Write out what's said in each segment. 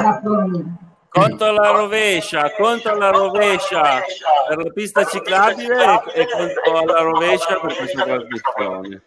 Conto alla rovescia per la pista ciclabile e conto alla rovescia per questa trasmissione.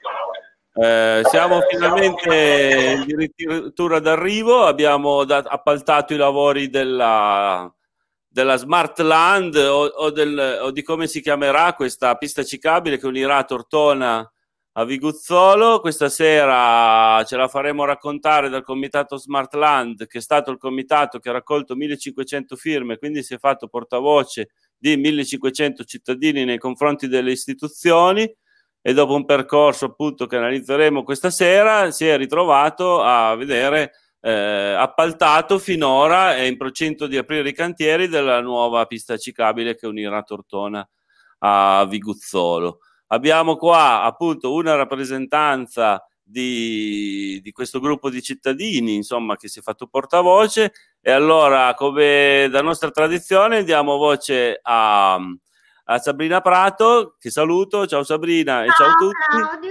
Siamo finalmente addirittura d'arrivo, abbiamo appaltato i lavori della Smart Land o di come si chiamerà questa pista ciclabile che unirà Tortona a Viguzzolo. Questa sera ce la faremo raccontare dal comitato Smart Land, che è stato il comitato che ha raccolto 1500 firme, quindi si è fatto portavoce di 1500 cittadini nei confronti delle istituzioni, e dopo un percorso appunto che analizzeremo questa sera si è ritrovato a vedere appaltato finora e in procinto di aprire i cantieri della nuova pista ciclabile che unirà Tortona a Viguzzolo. Abbiamo qua appunto una rappresentanza di questo gruppo di cittadini, insomma, che si è fatto portavoce, e allora, come da nostra tradizione, diamo voce a Sabrina Prato, che saluto. Ciao Sabrina, e ciao a tutti.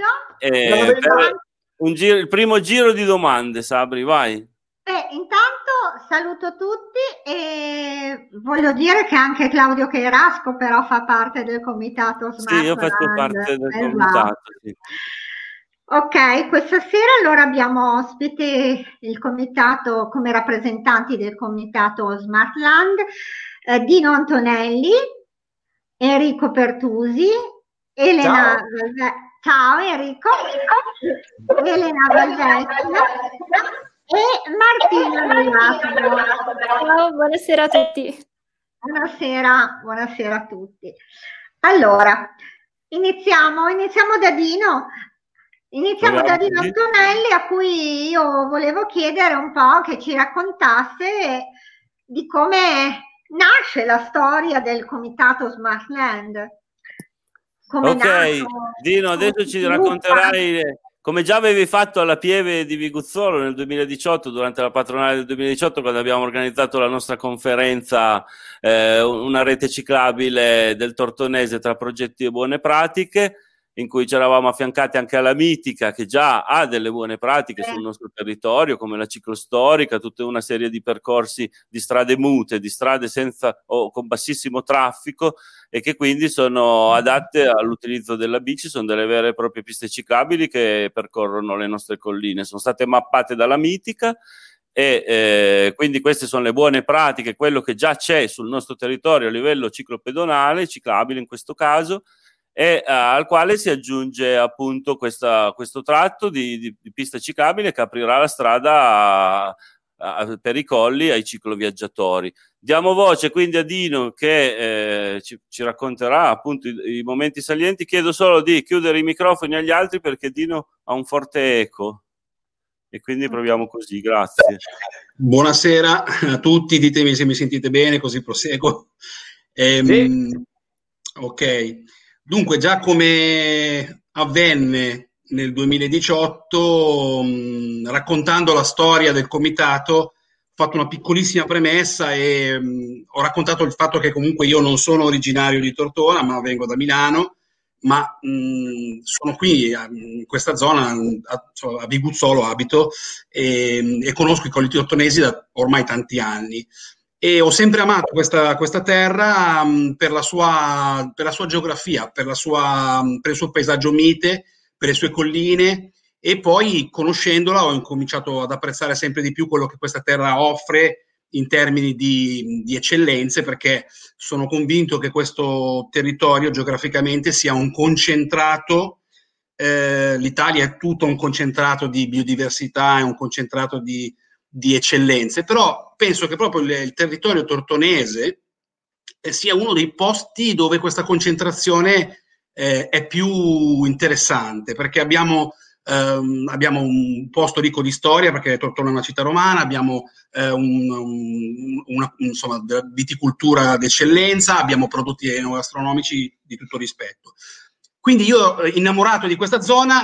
Claudio. Il primo giro di domande, Sabri, vai. Intanto saluto tutti e voglio dire che anche Claudio Cherasco però fa parte del comitato Smart Land. Sì, io faccio parte del comitato, sì. Ok, questa sera allora abbiamo ospite il comitato, come rappresentanti del comitato Smart Land, Dino Antonelli, Enrico Pertusi, Elena. Ciao Enrico. Elena Valvecchia e Martina Nell'Aquila. Ciao, buonasera a tutti. Buonasera a tutti. Allora, iniziamo da Dino. Iniziamo da Dino Antonelli, a cui io volevo chiedere un po' che ci raccontasse di come nasce la storia del comitato Smart Land. Ok, Dino, adesso ci racconterai, come già avevi fatto alla Pieve di Viguzzolo nel 2018, durante la patronale del 2018, quando abbiamo organizzato la nostra conferenza, una rete ciclabile del Tortonese tra progetti e buone pratiche, in cui ci eravamo affiancati anche alla Mitica, che già ha delle buone pratiche sul nostro territorio, come la ciclostorica, tutta una serie di percorsi di strade mute, di strade senza o con bassissimo traffico, e che quindi sono adatte all'utilizzo della bici, sono delle vere e proprie piste ciclabili che percorrono le nostre colline, sono state mappate dalla Mitica, e quindi queste sono le buone pratiche, quello che già c'è sul nostro territorio a livello ciclopedonale, ciclabile in questo caso, e al quale si aggiunge appunto questo tratto di pista ciclabile che aprirà la strada per i colli ai cicloviaggiatori. Diamo voce quindi a Dino che ci racconterà appunto i momenti salienti. Chiedo solo di chiudere i microfoni agli altri perché Dino ha un forte eco e quindi proviamo così, grazie. Buonasera a tutti, ditemi se mi sentite bene così proseguo. Sì. Ok. Dunque, già come avvenne nel 2018, raccontando la storia del comitato, ho fatto una piccolissima premessa e ho raccontato il fatto che comunque io non sono originario di Tortona, ma vengo da Milano, ma sono qui in questa zona, a Viguzzolo abito, e conosco i colli tortonesi da ormai tanti anni. E ho sempre amato questa terra per la sua geografia, per il suo paesaggio mite, per le sue colline, e poi conoscendola ho incominciato ad apprezzare sempre di più quello che questa terra offre in termini di eccellenze, perché sono convinto che questo territorio geograficamente sia un concentrato. L'Italia è tutto un concentrato di biodiversità, è un concentrato di eccellenze, però penso che proprio il territorio tortonese sia uno dei posti dove questa concentrazione è più interessante, perché abbiamo un posto ricco di storia, perché Tortona è una città romana, abbiamo insomma, viticoltura d'eccellenza, abbiamo prodotti enogastronomici di tutto rispetto. Quindi io, innamorato di questa zona,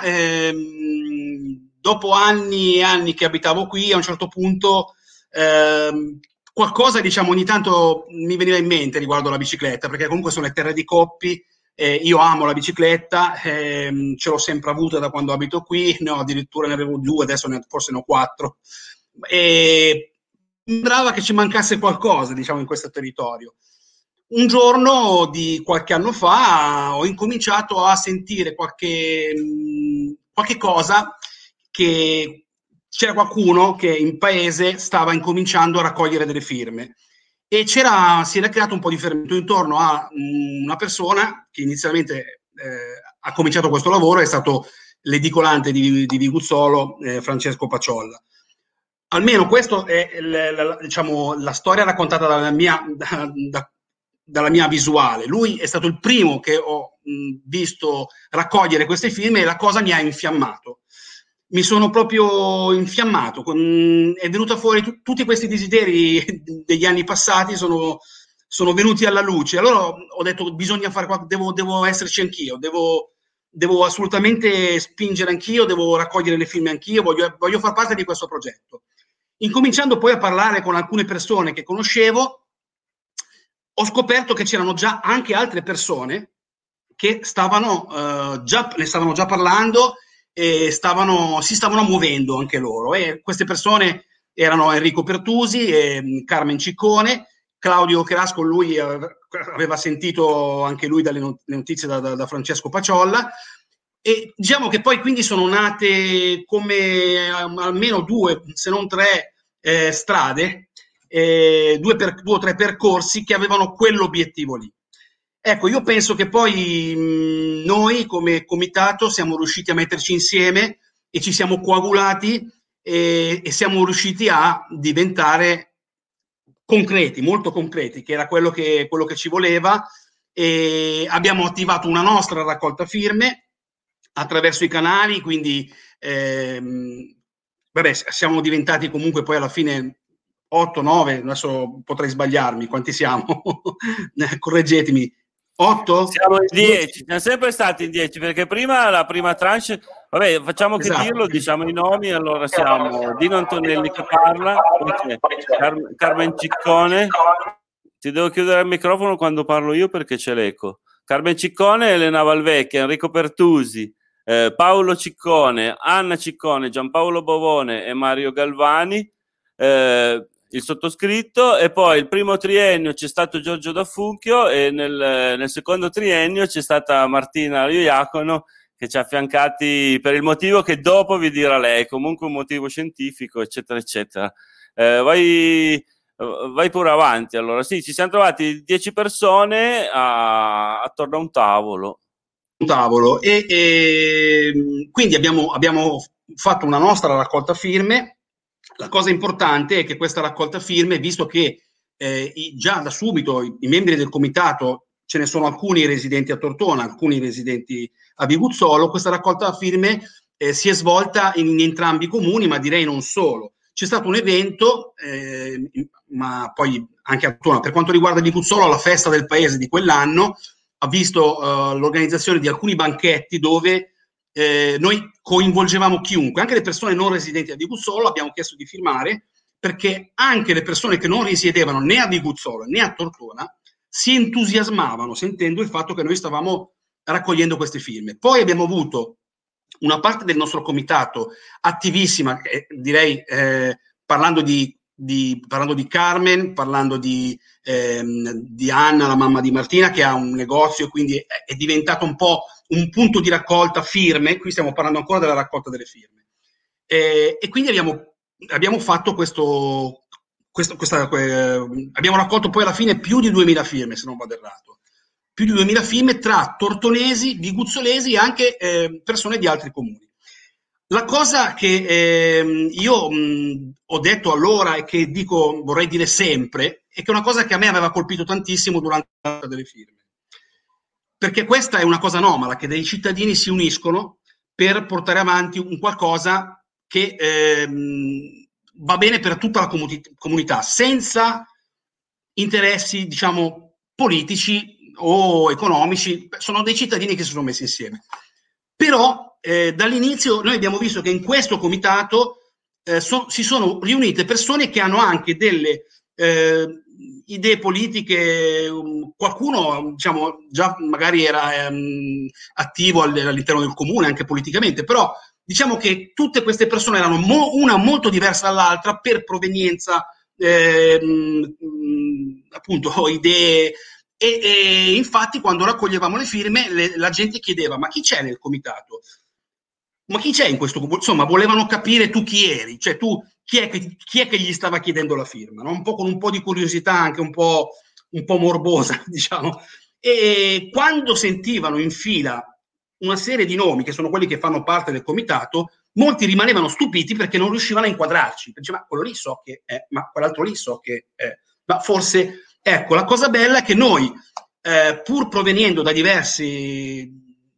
dopo anni e anni che abitavo qui, a un certo punto qualcosa, diciamo, ogni tanto mi veniva in mente riguardo alla bicicletta, perché comunque sono le terre di Coppi, io amo la bicicletta, ce l'ho sempre avuta da quando abito qui, addirittura ne avevo 2, adesso forse ne ho 4, sembrava che ci mancasse qualcosa, diciamo, in questo territorio. Un giorno di qualche anno fa ho incominciato a sentire qualche cosa, che c'era qualcuno che in paese stava incominciando a raccogliere delle firme e si era creato un po' di fermento intorno a una persona che inizialmente ha cominciato questo lavoro, è stato l'edicolante di Viguzzolo, Francesco Paciolla. Almeno questa è diciamo, la storia raccontata dalla mia visuale. Lui è stato il primo che ho visto raccogliere queste firme e la cosa mi ha infiammato. Mi sono proprio infiammato. È venuta fuori tutti questi desideri degli anni passati sono venuti alla luce. Allora ho detto bisogna fare devo esserci anch'io, devo assolutamente spingere anch'io, devo raccogliere le firme anch'io, voglio far parte di questo progetto. Incominciando poi a parlare con alcune persone che conoscevo, ho scoperto che c'erano già anche altre persone che ne stavano già parlando e si stavano muovendo anche loro. E queste persone erano Enrico Pertusi, Carmen Ciccone, Claudio Cherasco, lui aveva sentito anche lui dalle notizie da Francesco Paciolla. E diciamo che poi quindi sono nate come almeno 2, se non 3 strade, 2 o 3 percorsi che avevano quell'obiettivo lì. Ecco, io penso che poi noi come comitato siamo riusciti a metterci insieme e ci siamo coagulati e siamo riusciti a diventare concreti, molto concreti, che era quello che ci voleva, e abbiamo attivato una nostra raccolta firme attraverso i canali, quindi siamo diventati comunque poi alla fine 8, 9, adesso potrei sbagliarmi, quanti siamo? Correggetemi. 8? Siamo in 10, siamo sempre stati in 10, perché prima la prima tranche, vabbè, facciamo che dirlo, diciamo i nomi. Allora siamo Dino Antonelli che parla, Carmen Ciccone, ti devo chiudere il microfono quando parlo io perché c'è l'eco. Carmen Ciccone, Elena Valvecchia, Enrico Pertusi, Paolo Ciccone, Anna Ciccone, Giampaolo Bovone e Mario Galvani, il sottoscritto, e poi il primo triennio c'è stato Giorgio D'Affucchio e nel secondo triennio c'è stata Martina Ioiacono, che ci ha affiancati per il motivo che dopo vi dirà lei, comunque un motivo scientifico, eccetera eccetera. Vai pure avanti. Allora sì, ci siamo trovati 10 persone attorno a un tavolo. E quindi abbiamo fatto una nostra raccolta firme. La cosa importante è che questa raccolta firme, visto che già da subito i membri del comitato, ce ne sono alcuni residenti a Tortona, alcuni residenti a Viguzzolo, questa raccolta firme si è svolta in entrambi i comuni, ma direi non solo. C'è stato un evento, ma poi anche a Tortona, per quanto riguarda Viguzzolo, la festa del paese di quell'anno ha visto l'organizzazione di alcuni banchetti dove noi coinvolgevamo chiunque, anche le persone non residenti a Viguzzolo. Abbiamo chiesto di firmare perché anche le persone che non risiedevano né a Viguzzolo né a Tortona si entusiasmavano sentendo il fatto che noi stavamo raccogliendo queste firme. Poi abbiamo avuto una parte del nostro comitato attivissima, direi parlando di Carmen, parlando di Anna, la mamma di Martina, che ha un negozio, quindi è diventato un po' un punto di raccolta firme. Qui stiamo parlando ancora della raccolta delle firme, e quindi abbiamo fatto abbiamo raccolto poi alla fine più di 2000 firme, se non vado errato, più di 2000 firme tra tortonesi, viguzzolesi e anche persone di altri comuni. La cosa che io ho detto allora e che vorrei dire sempre, è che una cosa che a me aveva colpito tantissimo durante la raccolta delle firme, perché questa è una cosa anomala, che dei cittadini si uniscono per portare avanti un qualcosa che va bene per tutta la comunità, senza interessi, diciamo, politici o economici. Sono dei cittadini che si sono messi insieme. Però dall'inizio noi abbiamo visto che in questo comitato si sono riunite persone che hanno anche delle idee politiche. Qualcuno, diciamo, già magari era attivo all'interno del comune anche politicamente, però diciamo che tutte queste persone erano una molto diversa dall'altra per provenienza appunto idee, e infatti quando raccoglievamo le firme la gente chiedeva: ma chi c'è nel comitato? Ma chi c'è in questo comitato? Insomma, volevano capire tu chi eri, cioè tu chi è che gli stava chiedendo la firma, no? Un po' con un po' di curiosità, anche un po' morbosa, diciamo. E quando sentivano in fila una serie di nomi che sono quelli che fanno parte del comitato, molti rimanevano stupiti perché non riuscivano a inquadrarci. Diceva: ma quello lì so che è, ma quell'altro lì so che è, ma forse... Ecco, la cosa bella è che noi, pur provenendo da diverse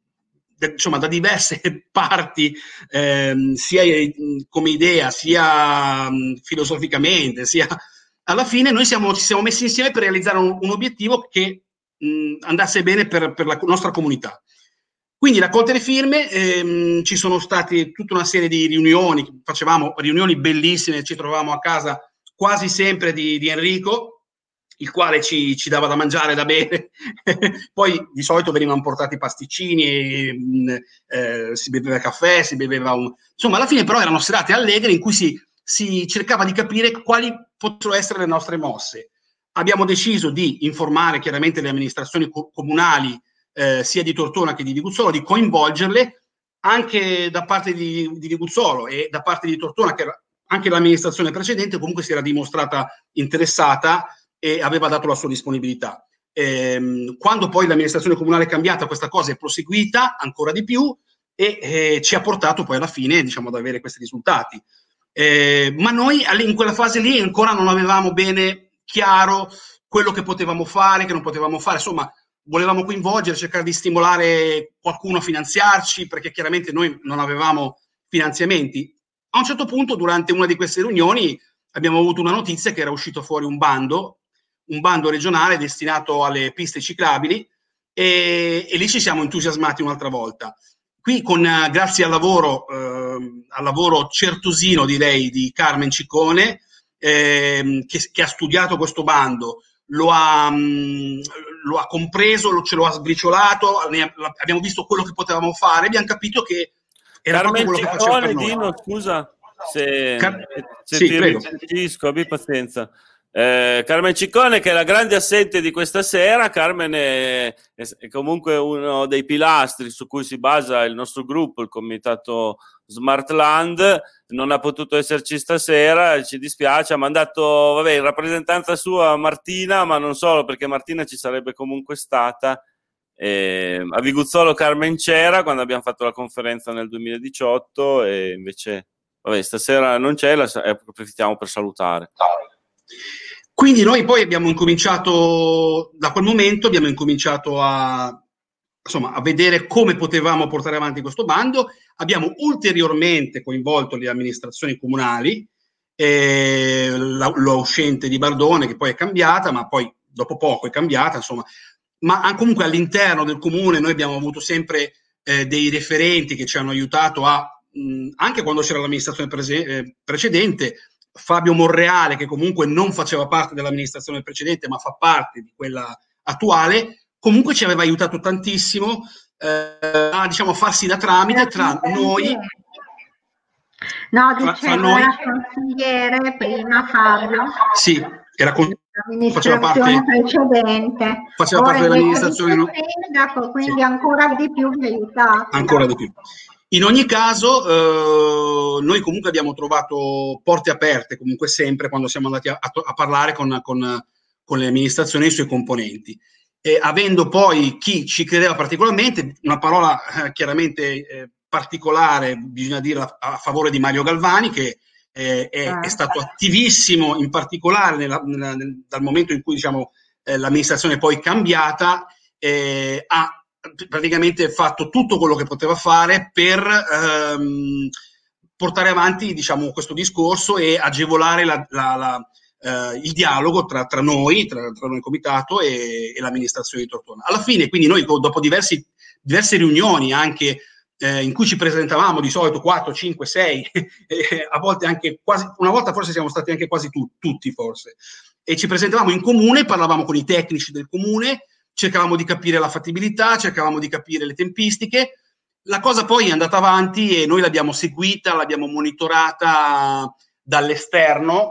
parti, sia come idea, sia filosoficamente, sia... alla fine noi ci siamo messi insieme per realizzare un obiettivo che andasse bene per la nostra comunità. Quindi raccolte le firme, ci sono state tutta una serie di riunioni, facevamo riunioni bellissime, ci trovavamo a casa quasi sempre di Enrico, il quale ci dava da mangiare, da bere. Poi di solito venivano portati pasticcini, si beveva caffè, si beveva insomma, alla fine però erano serate allegre in cui si cercava di capire quali potessero essere le nostre mosse. Abbiamo deciso di informare chiaramente le amministrazioni comunali, sia di Tortona che di Viguzzolo, di coinvolgerle anche da parte di Viguzzolo e da parte di Tortona, che anche l'amministrazione precedente comunque si era dimostrata interessata e aveva dato la sua disponibilità. Quando poi l'amministrazione comunale è cambiata, questa cosa è proseguita ancora di più e ci ha portato poi alla fine, diciamo, ad avere questi risultati. Ma noi in quella fase lì ancora non avevamo bene chiaro quello che potevamo fare, che non potevamo fare. Insomma, volevamo coinvolgere, cercare di stimolare qualcuno a finanziarci, perché chiaramente noi non avevamo finanziamenti. A un certo punto, durante una di queste riunioni, abbiamo avuto una notizia che era uscito fuori un bando regionale destinato alle piste ciclabili, e lì ci siamo entusiasmati un'altra volta. Qui, grazie al lavoro certosino, direi, di Carmen Ciccone, che ha studiato questo bando, lo ha compreso, ce lo ha sbriciolato, abbiamo visto quello che potevamo fare, abbiamo capito che era Carmen proprio quello che faceva per noi. Dino, scusa se sì, ti riferisco, abbi pazienza. Carmen Ciccone, che è la grande assente di questa sera. Carmen è comunque uno dei pilastri su cui si basa il nostro gruppo, il comitato Smartland. Non ha potuto esserci stasera, ci dispiace, ha mandato in rappresentanza sua Martina, ma non solo, perché Martina ci sarebbe comunque stata. A Viguzzolo Carmen c'era quando abbiamo fatto la conferenza nel 2018 e invece stasera non c'è, approfittiamo per salutare. Quindi noi poi abbiamo incominciato, da quel momento abbiamo incominciato a vedere come potevamo portare avanti questo bando. Abbiamo ulteriormente coinvolto le amministrazioni comunali, la uscente di Bardone, che poi è cambiata, ma poi dopo poco è cambiata, insomma. Ma comunque all'interno del comune noi abbiamo avuto sempre dei referenti che ci hanno aiutato anche quando c'era l'amministrazione precedente. Fabio Monreale, che comunque non faceva parte dell'amministrazione precedente ma fa parte di quella attuale, comunque ci aveva aiutato tantissimo a farsi da tramite tra noi. No, dicevo, era consigliere prima Fabio. Sì, faceva parte dell'amministrazione sindaco, quindi sì, ancora di più vi aiutato. Ancora di più. In ogni caso, noi comunque abbiamo trovato porte aperte, comunque sempre, quando siamo andati a parlare con le amministrazioni e i suoi componenti. E avendo poi chi ci credeva particolarmente, una parola chiaramente particolare, bisogna dire, a favore di Mario Galvani, che è stato attivissimo, in particolare dal momento in cui l'amministrazione poi cambiata, ha praticamente fatto tutto quello che poteva fare per portare avanti questo discorso e agevolare il dialogo tra noi comitato e l'amministrazione di Tortona. Alla fine, quindi, noi dopo diverse riunioni anche in cui ci presentavamo, di solito 4, 5, 6, a volte anche quasi, una volta forse siamo stati anche quasi tutti forse, e ci presentavamo in comune, parlavamo con i tecnici del comune, cercavamo di capire la fattibilità, cercavamo di capire le tempistiche. La cosa poi è andata avanti e noi l'abbiamo seguita, l'abbiamo monitorata dall'esterno,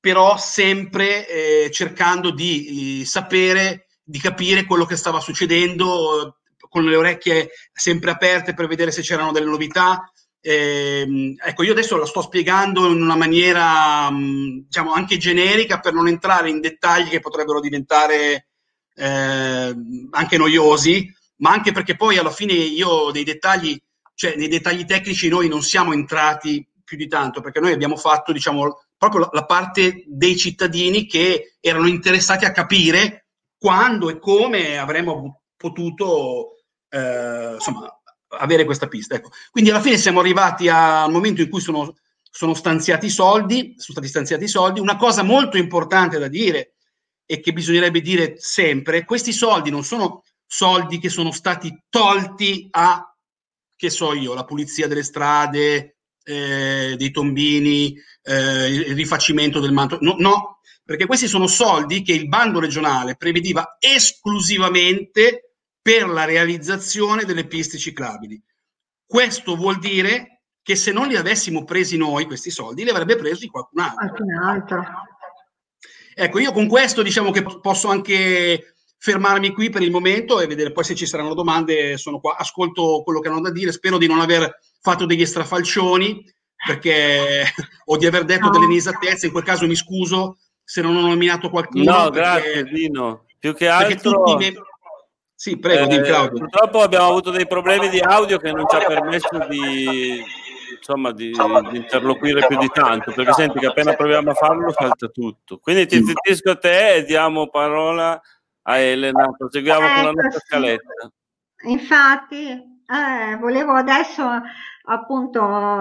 però sempre cercando di sapere, di capire quello che stava succedendo, con le orecchie sempre aperte per vedere se c'erano delle novità. Ecco, io adesso la sto spiegando in una maniera diciamo anche generica, per non entrare in dettagli che potrebbero diventare anche noiosi, ma anche perché poi alla fine io dei dettagli, cioè nei dettagli tecnici noi non siamo entrati più di tanto, perché noi abbiamo fatto, diciamo, proprio la parte dei cittadini che erano interessati a capire quando e come avremmo potuto insomma avere questa pista. Ecco. Quindi alla fine siamo arrivati al momento in cui sono stati stanziati soldi. Una cosa molto importante da dire e che bisognerebbe dire sempre: questi soldi non sono soldi che sono stati tolti a, che so io, la pulizia delle strade, dei tombini, il rifacimento del manto. No, perché questi sono soldi che il bando regionale prevedeva esclusivamente per la realizzazione delle piste ciclabili. Questo vuol dire che se non li avessimo presi noi questi soldi, li avrebbe presi qualcun altro. Ecco, io con questo diciamo che posso anche fermarmi qui per il momento e vedere poi se ci saranno domande. Sono qua, ascolto quello che hanno da dire, spero di non aver fatto degli strafalcioni o di aver detto delle inesattezze. In quel caso mi scuso se non ho nominato qualcuno. No, grazie Dino, più che altro sì, prego, Claudio. Purtroppo abbiamo avuto dei problemi di audio che non ci ha permesso di interloquire più di tanto, perché senti che appena proviamo a farlo salta tutto. Quindi ti zittisco a te e diamo parola a Elena. Proseguiamo con la nostra scaletta. Infatti, volevo adesso appunto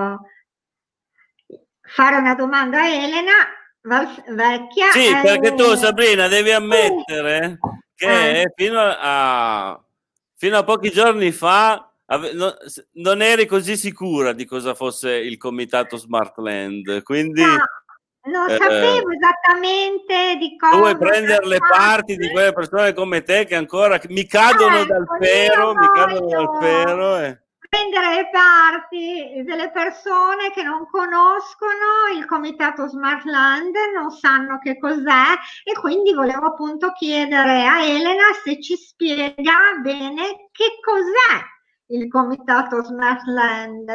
fare una domanda a Elena Vecchia. Sì, perché tu, Sabrina, devi ammettere che fino a pochi giorni fa non eri così sicura di cosa fosse il comitato Smartland, quindi non sapevo esattamente di cosa. Tu vuoi prendere le parti di quelle persone come te che ancora mi cadono dal pero, prendere le parti delle persone che non conoscono il comitato Smartland, non sanno che cos'è, e quindi volevo appunto chiedere a Elena se ci spiega bene che cos'è il comitato Smartland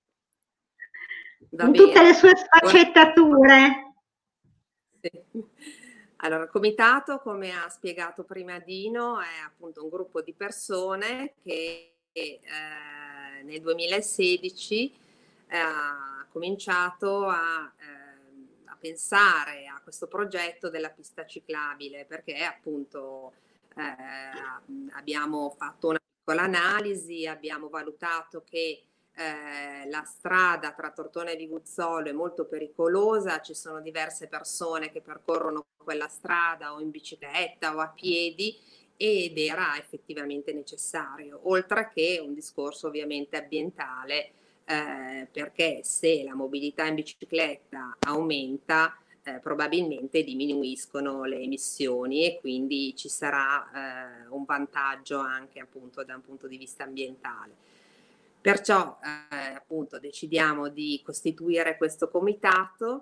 in tutte le sue sfaccettature. Sì. Allora, il comitato, come ha spiegato prima Dino, è appunto un gruppo di persone che nel 2016 ha cominciato a pensare a questo progetto della pista ciclabile, perché appunto abbiamo fatto una piccola analisi, abbiamo valutato che la strada tra Tortona e Viguzzolo è molto pericolosa, ci sono diverse persone che percorrono quella strada o in bicicletta o a piedi, ed era effettivamente necessario, oltre che un discorso ovviamente ambientale, perché se la mobilità in bicicletta aumenta, probabilmente diminuiscono le emissioni e quindi ci sarà un vantaggio anche appunto da un punto di vista ambientale. Perciò appunto decidiamo di costituire questo comitato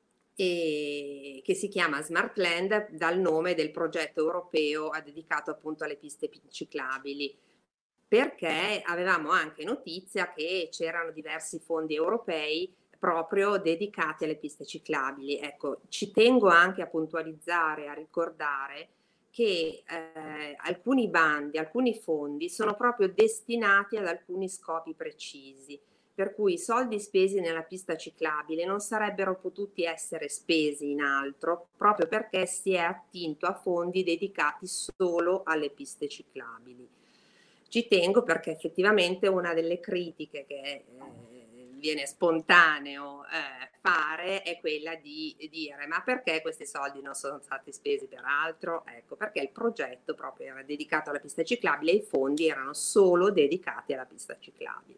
che si chiama Smartland, dal nome del progetto europeo dedicato appunto alle piste ciclabili, perché avevamo anche notizia che c'erano diversi fondi europei proprio dedicati alle piste ciclabili. Ecco, ci tengo anche a puntualizzare, a ricordare che alcuni bandi, alcuni fondi sono proprio destinati ad alcuni scopi precisi, per cui i soldi spesi nella pista ciclabile non sarebbero potuti essere spesi in altro, proprio perché si è attinto a fondi dedicati solo alle piste ciclabili. Ci tengo perché effettivamente una delle critiche che viene spontaneo fare è quella di dire: ma perché questi soldi non sono stati spesi per altro? Ecco, perché il progetto proprio era dedicato alla pista ciclabile e i fondi erano solo dedicati alla pista ciclabile.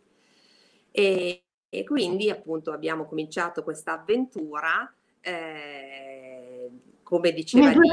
E quindi appunto abbiamo cominciato questa avventura, come diceva nel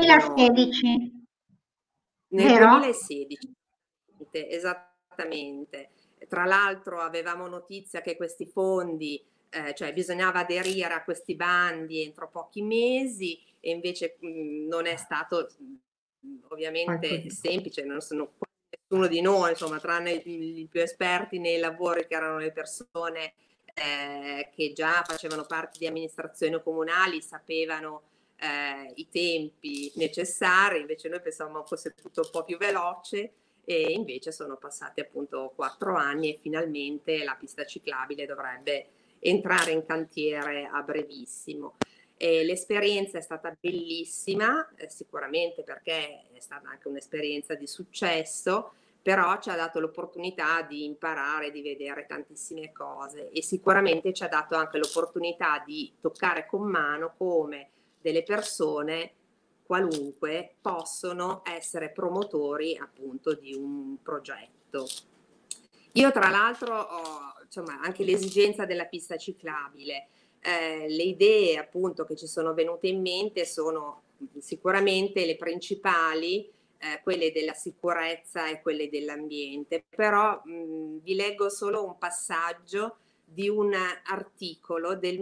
2016. Nel 2016, esattamente. Tra l'altro avevamo notizia che questi fondi, cioè bisognava aderire a questi bandi entro pochi mesi, e invece non è stato ovviamente semplice, non sono nessuno di noi, insomma, tranne i più esperti nei lavori, che erano le persone che già facevano parte di amministrazioni comunali, sapevano i tempi necessari. Invece noi pensavamo fosse tutto un po' più veloce, e invece sono passati appunto 4 anni e finalmente la pista ciclabile dovrebbe entrare in cantiere a brevissimo. L'esperienza è stata bellissima, sicuramente perché è stata anche un'esperienza di successo, però ci ha dato l'opportunità di imparare, di vedere tantissime cose, e sicuramente ci ha dato anche l'opportunità di toccare con mano come delle persone qualunque possono essere promotori appunto di un progetto. Io tra l'altro ho, insomma, anche l'esigenza della pista ciclabile. Le idee appunto che ci sono venute in mente sono sicuramente le principali, quelle della sicurezza e quelle dell'ambiente, però vi leggo solo un passaggio di un articolo del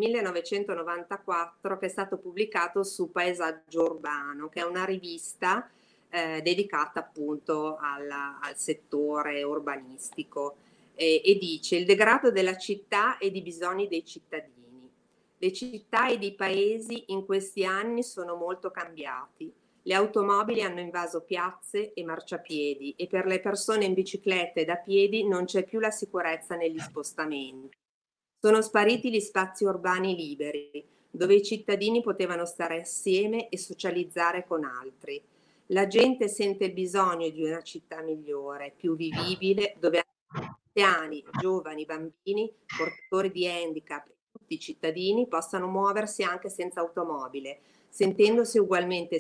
1994 che è stato pubblicato su Paesaggio Urbano, che è una rivista dedicata appunto al settore urbanistico, e dice: il degrado della città e di bisogni dei cittadini. Le città ed i paesi in questi anni sono molto cambiati. Le automobili hanno invaso piazze e marciapiedi, e per le persone in bicicletta ed a piedi non c'è più la sicurezza negli spostamenti. Sono spariti gli spazi urbani liberi, dove i cittadini potevano stare assieme e socializzare con altri. La gente sente il bisogno di una città migliore, più vivibile, dove anziani, giovani, bambini, portatori di handicap e tutti i cittadini possano muoversi anche senza automobile, sentendosi ugualmente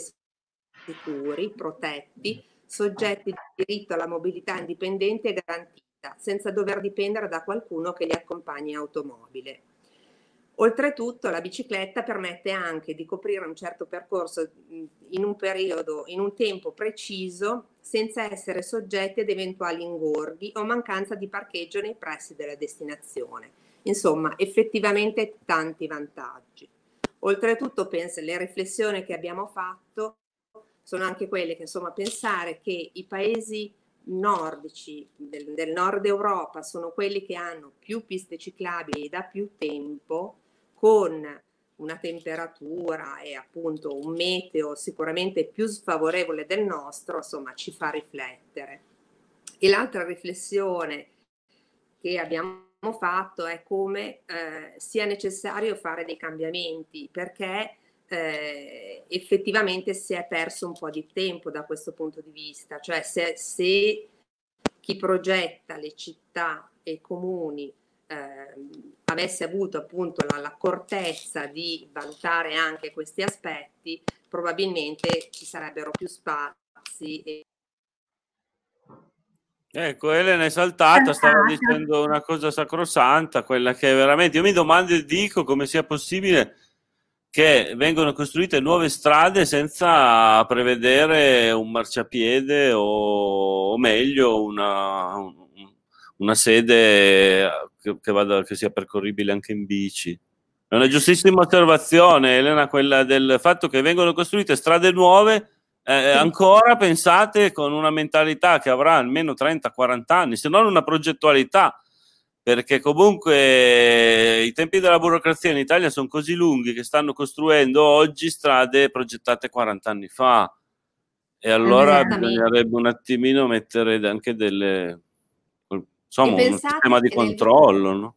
sicuri, protetti, soggetti di diritto alla mobilità indipendente e garantita, senza dover dipendere da qualcuno che li accompagni in automobile. Oltretutto la bicicletta permette anche di coprire un certo percorso in un periodo, in un tempo preciso, senza essere soggetti ad eventuali ingorghi o mancanza di parcheggio nei pressi della destinazione. Insomma, effettivamente tanti vantaggi. Oltretutto le riflessioni che abbiamo fatto sono anche quelle che, insomma, pensare che i paesi nordici del nord Europa sono quelli che hanno più piste ciclabili da più tempo, con una temperatura e appunto un meteo sicuramente più sfavorevole del nostro, insomma, ci fa riflettere. E l'altra riflessione che abbiamo fatto è come sia necessario fare dei cambiamenti, perché effettivamente si è perso un po' di tempo da questo punto di vista. Cioè se chi progetta le città e i comuni avesse avuto appunto l'accortezza di valutare anche questi aspetti, probabilmente ci sarebbero più spazi. Ecco, Elena è saltata, stava dicendo una cosa sacrosanta, quella che veramente io mi domando e dico come sia possibile che vengono costruite nuove strade senza prevedere un marciapiede o meglio una sede che sia percorribile anche in bici. È una giustissima osservazione, Elena, quella del fatto che vengono costruite strade nuove ancora pensate con una mentalità che avrà almeno 30-40 anni, se non una progettualità, perché comunque i tempi della burocrazia in Italia sono così lunghi che stanno costruendo oggi strade progettate 40 anni fa, e allora bisognerebbe un attimino mettere anche un sistema di controllo, no?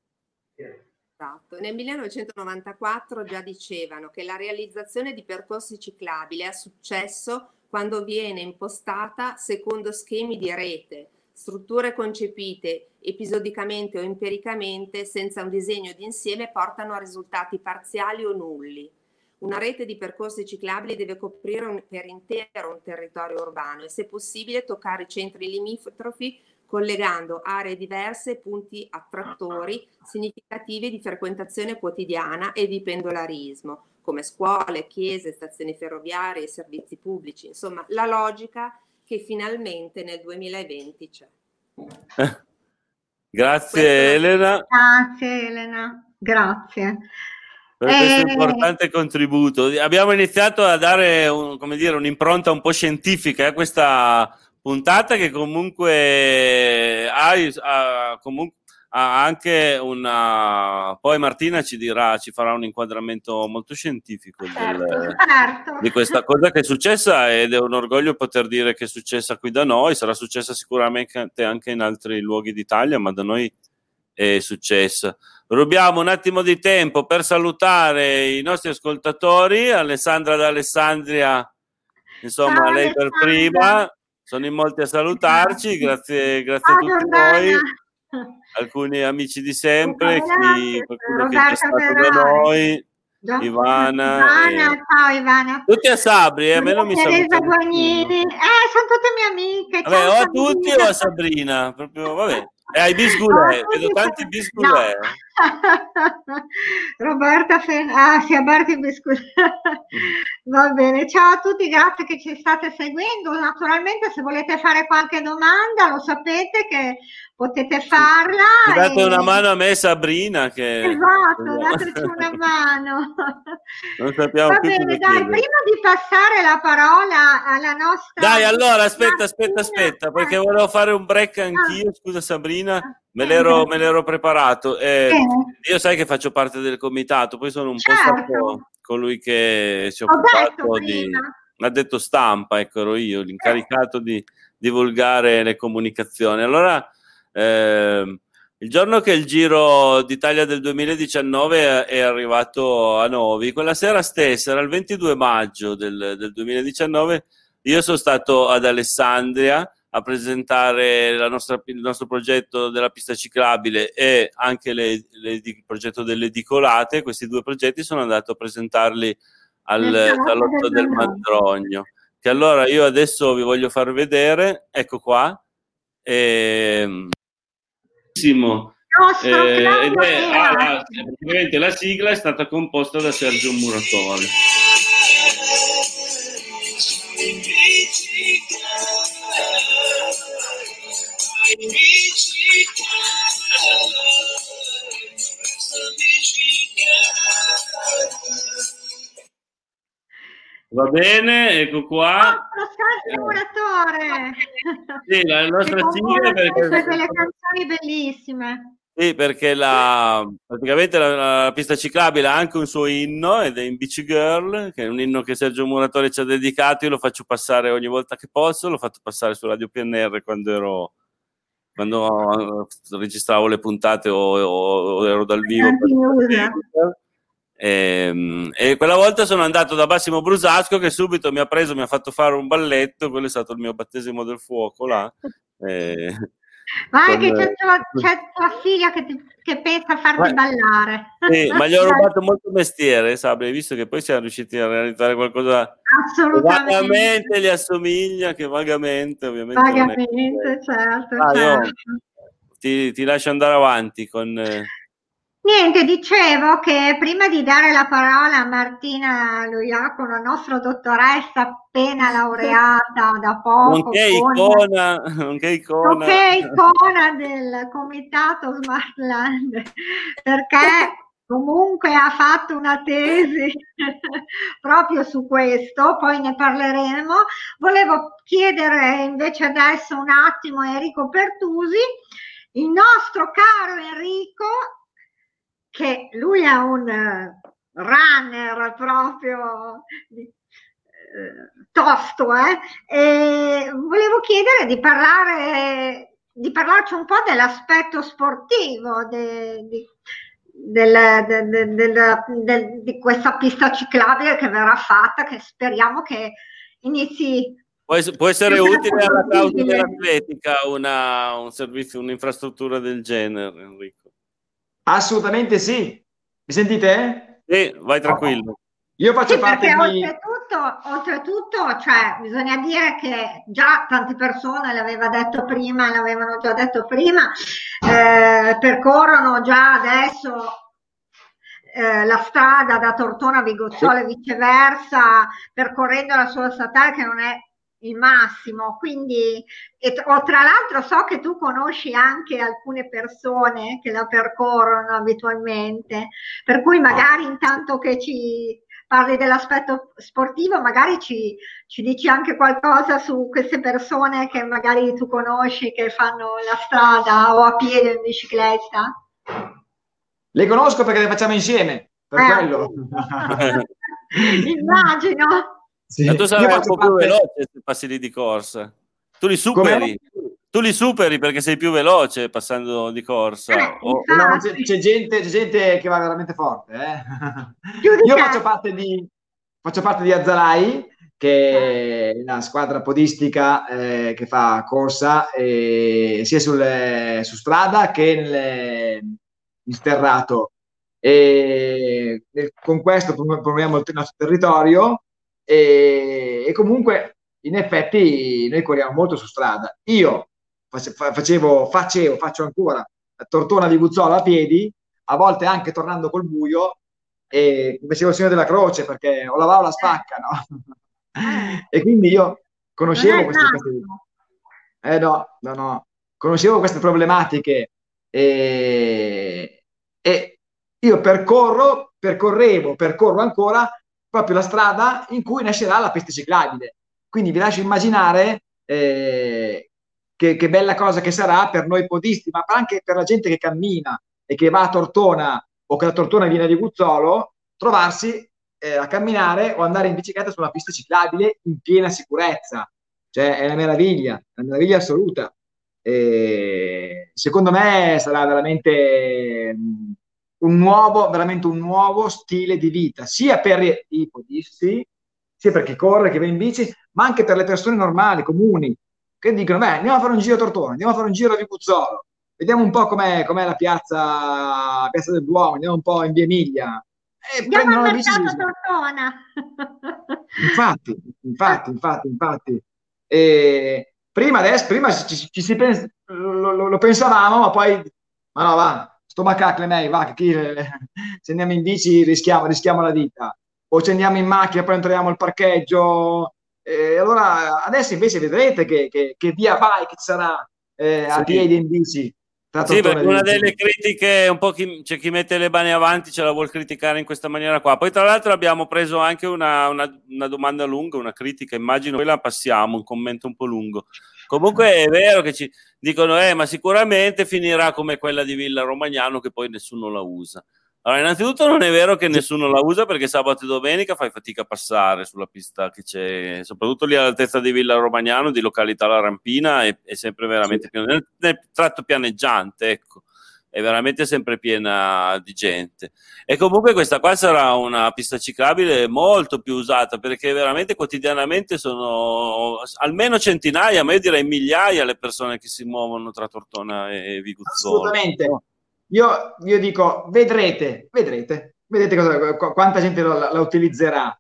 Nel 1994 già dicevano che la realizzazione di percorsi ciclabili ha successo quando viene impostata secondo schemi di rete, strutture concepite episodicamente o empiricamente senza un disegno d'insieme portano a risultati parziali o nulli. Una rete di percorsi ciclabili deve coprire per intero un territorio urbano e, se possibile, toccare i centri limitrofi, collegando aree diverse e punti attrattori significativi di frequentazione quotidiana e di pendolarismo, come scuole, chiese, stazioni ferroviarie e servizi pubblici. Insomma, la logica che finalmente nel 2020 c'è. Grazie Elena. Grazie Elena, grazie. Per questo importante contributo. Abbiamo iniziato a dare un'impronta un po' scientifica a questa puntata, che comunque ha anche una... Poi Martina ci farà un inquadramento molto scientifico di questa cosa che è successa, ed è un orgoglio poter dire che è successa qui da noi. Sarà successa sicuramente anche in altri luoghi d'Italia, ma da noi è successa. Rubiamo un attimo di tempo per salutare i nostri ascoltatori. Alessandra d'Alessandria, insomma, ciao, lei per prima, sono in molti a salutarci, grazie a tutti voi, alcuni amici di sempre, qualcuno che è stato da noi, Ivana, ciao Ivana, tutti a Sabri, a me non mi salutano. Guagnini, sono tutte mie amiche. Vabbè, o a tutti o a Sabrina, proprio, vabbè. E ai bisgulè, vedo tanti bisgulè. No. Roberta sì, a Berti bisgulè. Va bene, ciao a tutti, grazie che ci state seguendo. Naturalmente, se volete fare qualche domanda, lo sapete che potete farla. Date una mano a me, Sabrina, che... Esatto, dateci una mano. Non sappiamo Va più bene, come dai, prima di passare la parola alla nostra... Dai, allora, aspetta, perché volevo fare un break anch'io, scusa Sabrina, me l'ero preparato. Io sai che faccio parte del comitato, poi sono un po' stato colui che si è occupato di... L'addetto stampa, ecco, ero io, l'incaricato di divulgare le comunicazioni. Allora... il giorno che il Giro d'Italia del 2019 è arrivato a Novi, quella sera stessa, era il 22 maggio del 2019, io sono stato ad Alessandria a presentare il nostro progetto della pista ciclabile e anche il progetto delle edicolate. Questi due progetti sono andato a presentarli al Salotto del Mandrogno, che allora io adesso vi voglio far vedere, ecco qua. Praticamente la sigla è stata composta da Sergio Muratori. Va bene, ecco qua. Sì, la nostra sigla, perché delle canzoni bellissime. Sì, perché praticamente la pista ciclabile ha anche un suo inno, ed è In Beach Girl, che è un inno che Sergio Muratori ci ha dedicato. Io lo faccio passare ogni volta che posso, l'ho fatto passare su Radio PNR quando registravo le puntate o ero dal vivo. E quella volta sono andato da Massimo Brusasco, che subito mi ha fatto fare un balletto. Quello è stato il mio battesimo del fuoco là. Ma anche c'è tua figlia che pensa a farti ballare. Sì, ma gli ho rubato molto mestiere, Sabri, hai visto che poi siamo riusciti a realizzare qualcosa che vagamente gli assomiglia, che vagamente ovviamente. Vagamente, certo. Ti lascio andare avanti con... Niente, dicevo che prima di dare la parola a Martina Loiacono, nostra dottoressa appena laureata da poco, nonché icona del comitato Smartland, perché comunque ha fatto una tesi proprio su questo, poi ne parleremo. Volevo chiedere invece adesso un attimo a Enrico Pertusi, il nostro caro Enrico, che lui è un runner proprio tosto, e volevo chiedere di parlarci un po' dell'aspetto sportivo di questa pista ciclabile che verrà fatta, che speriamo che inizi. Può essere utile alla causa dell'atletica un servizio, un'infrastruttura del genere, Enrico. Assolutamente sì. Mi sentite? Sì, vai tranquillo. Io faccio parte di... Oltretutto, cioè, bisogna dire che già tante persone l'avevano già detto prima, percorrono già adesso la strada da Tortona a Vigozzolo e viceversa, percorrendo la sola statale, che non è il massimo, quindi tra l'altro so che tu conosci anche alcune persone che la percorrono abitualmente, per cui magari intanto che ci parli dell'aspetto sportivo, magari ci dici anche qualcosa su queste persone che magari tu conosci, che fanno la strada o a piedi o in bicicletta. Le conosco perché le facciamo insieme, per quello. Immagino. Sì. Ma tu sarai un po' più veloce se passi lì di corsa. Tu li superi. Com'è? Tu li superi perché sei più veloce passando di corsa. No, c'è gente che va veramente forte. Io faccio parte di Azzalai, che è una squadra podistica che fa corsa sia su strada che in sterrato. E con questo promuoviamo il nostro territorio. E comunque in effetti noi corriamo molto su strada. Io faccio ancora la Tortona di Guzzolo a piedi, a volte anche tornando col buio, e facevo il segno della croce perché o lavavo la spacca, no? E quindi io conoscevo conoscevo queste problematiche e io percorro ancora proprio la strada in cui nascerà la pista ciclabile. Quindi vi lascio immaginare che bella cosa che sarà per noi podisti, ma anche per la gente che cammina e che va a Tortona o che da Tortona viene di Guzzolo, trovarsi a camminare o andare in bicicletta su una pista ciclabile in piena sicurezza. Cioè è una meraviglia assoluta. Secondo me sarà veramente un nuovo stile di vita, sia per i podisti, sia per chi corre, che va in bici, ma anche per le persone normali, comuni, che dicono, beh, andiamo a fare un giro a Tortona, andiamo a fare un giro a Viguzzolo, vediamo un po' com'è la piazza del Duomo, andiamo un po' in Via Emilia. E prendono la bici. Tortona. Infatti. Prima ci si pensa, lo pensavamo, ma poi, ma no, va, sto macacle lei, va, se andiamo in bici rischiamo la vita, o ci andiamo in macchina, poi non troviamo il parcheggio. Allora adesso invece vedrete che via bike ci sarà a piedi in bici. Sì, perché una delle critiche, un po' c'è chi mette le mani avanti, ce la vuol criticare in questa maniera qua. Poi tra l'altro abbiamo preso anche una domanda lunga, una critica, immagino poi la passiamo, un commento un po' lungo. Comunque è vero che ci dicono ma sicuramente finirà come quella di Villa Romagnano, che poi nessuno la usa. Allora, innanzitutto non è vero che nessuno la usa, perché sabato e domenica fai fatica a passare sulla pista che c'è, soprattutto lì all'altezza di Villa Romagnano, di località La Rampina, è sempre veramente piena. Nel tratto pianeggiante, ecco, è veramente sempre piena di gente. E comunque questa qua sarà una pista ciclabile molto più usata, perché veramente quotidianamente sono almeno centinaia, ma io direi migliaia le persone che si muovono tra Tortona e Viguzzolo. Assolutamente. Io dico, vedrete quanta gente la utilizzerà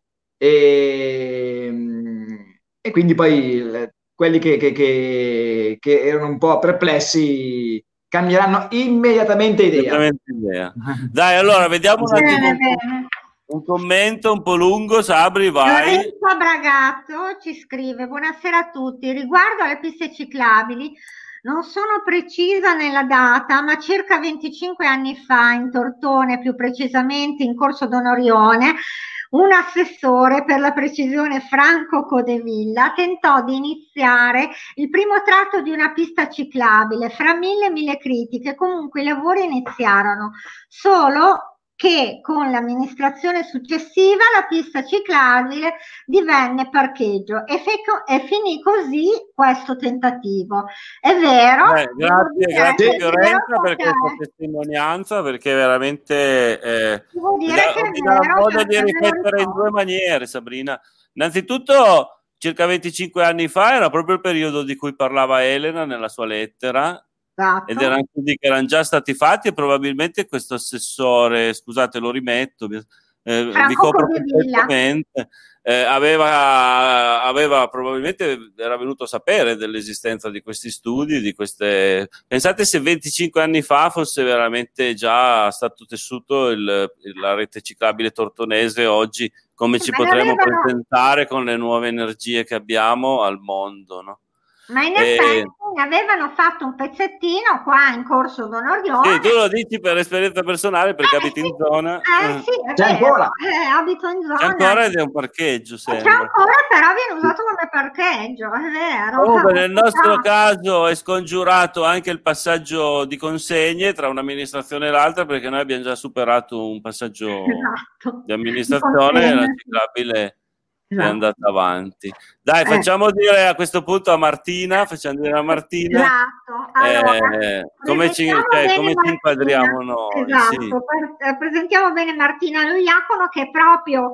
e quindi poi quelli che erano un po' perplessi cambieranno immediatamente idea. Dai, allora vediamo un commento un po' lungo. Sabri, vai. Lorenzo Bragato ci scrive: buonasera a tutti, riguardo alle piste ciclabili, non sono precisa nella data, ma circa 25 anni fa, in Tortone, più precisamente in Corso Donorione, un assessore, per la precisione Franco Codevilla, tentò di iniziare il primo tratto di una pista ciclabile. Fra mille critiche, comunque i lavori iniziarono, solo che con l'amministrazione successiva la pista ciclabile divenne parcheggio e finì così questo tentativo. È vero? Grazie Fiorenza per questa testimonianza, perché veramente mi dà modo di riflettere in due maniere, Sabrina. Innanzitutto, circa 25 anni fa era proprio il periodo di cui parlava Elena nella sua lettera. Esatto. Ed erano studi che erano già stati fatti, e probabilmente questo assessore, scusate lo rimetto, vi copro perfettamente, aveva probabilmente era venuto a sapere dell'esistenza di questi studi, di queste. Pensate se 25 anni fa fosse veramente già stato tessuto la rete ciclabile tortonese oggi come ci Ma potremo l'avevano- presentare con le nuove energie che abbiamo al mondo, no? Ma in effetti avevano fatto un pezzettino qua in Corso d'Onorione. Sì, tu lo dici per esperienza personale perché abiti in zona. Sì, è C'è vero, ancora? abito in zona. C'è ancora ed è un parcheggio, C'è sembra. ancora, però viene usato come parcheggio, è vero. Comunque nel nostro caso è scongiurato anche il passaggio di consegne tra un'amministrazione e l'altra, perché noi abbiamo già superato un passaggio Esatto. di amministrazione e la ciclabile è andata avanti. Dai, facciamo dire a questo punto a Martina, facciamo dire a Martina Allora, come ci inquadriamo noi. Esatto, Sì. presentiamo bene Martina Loiacono, che proprio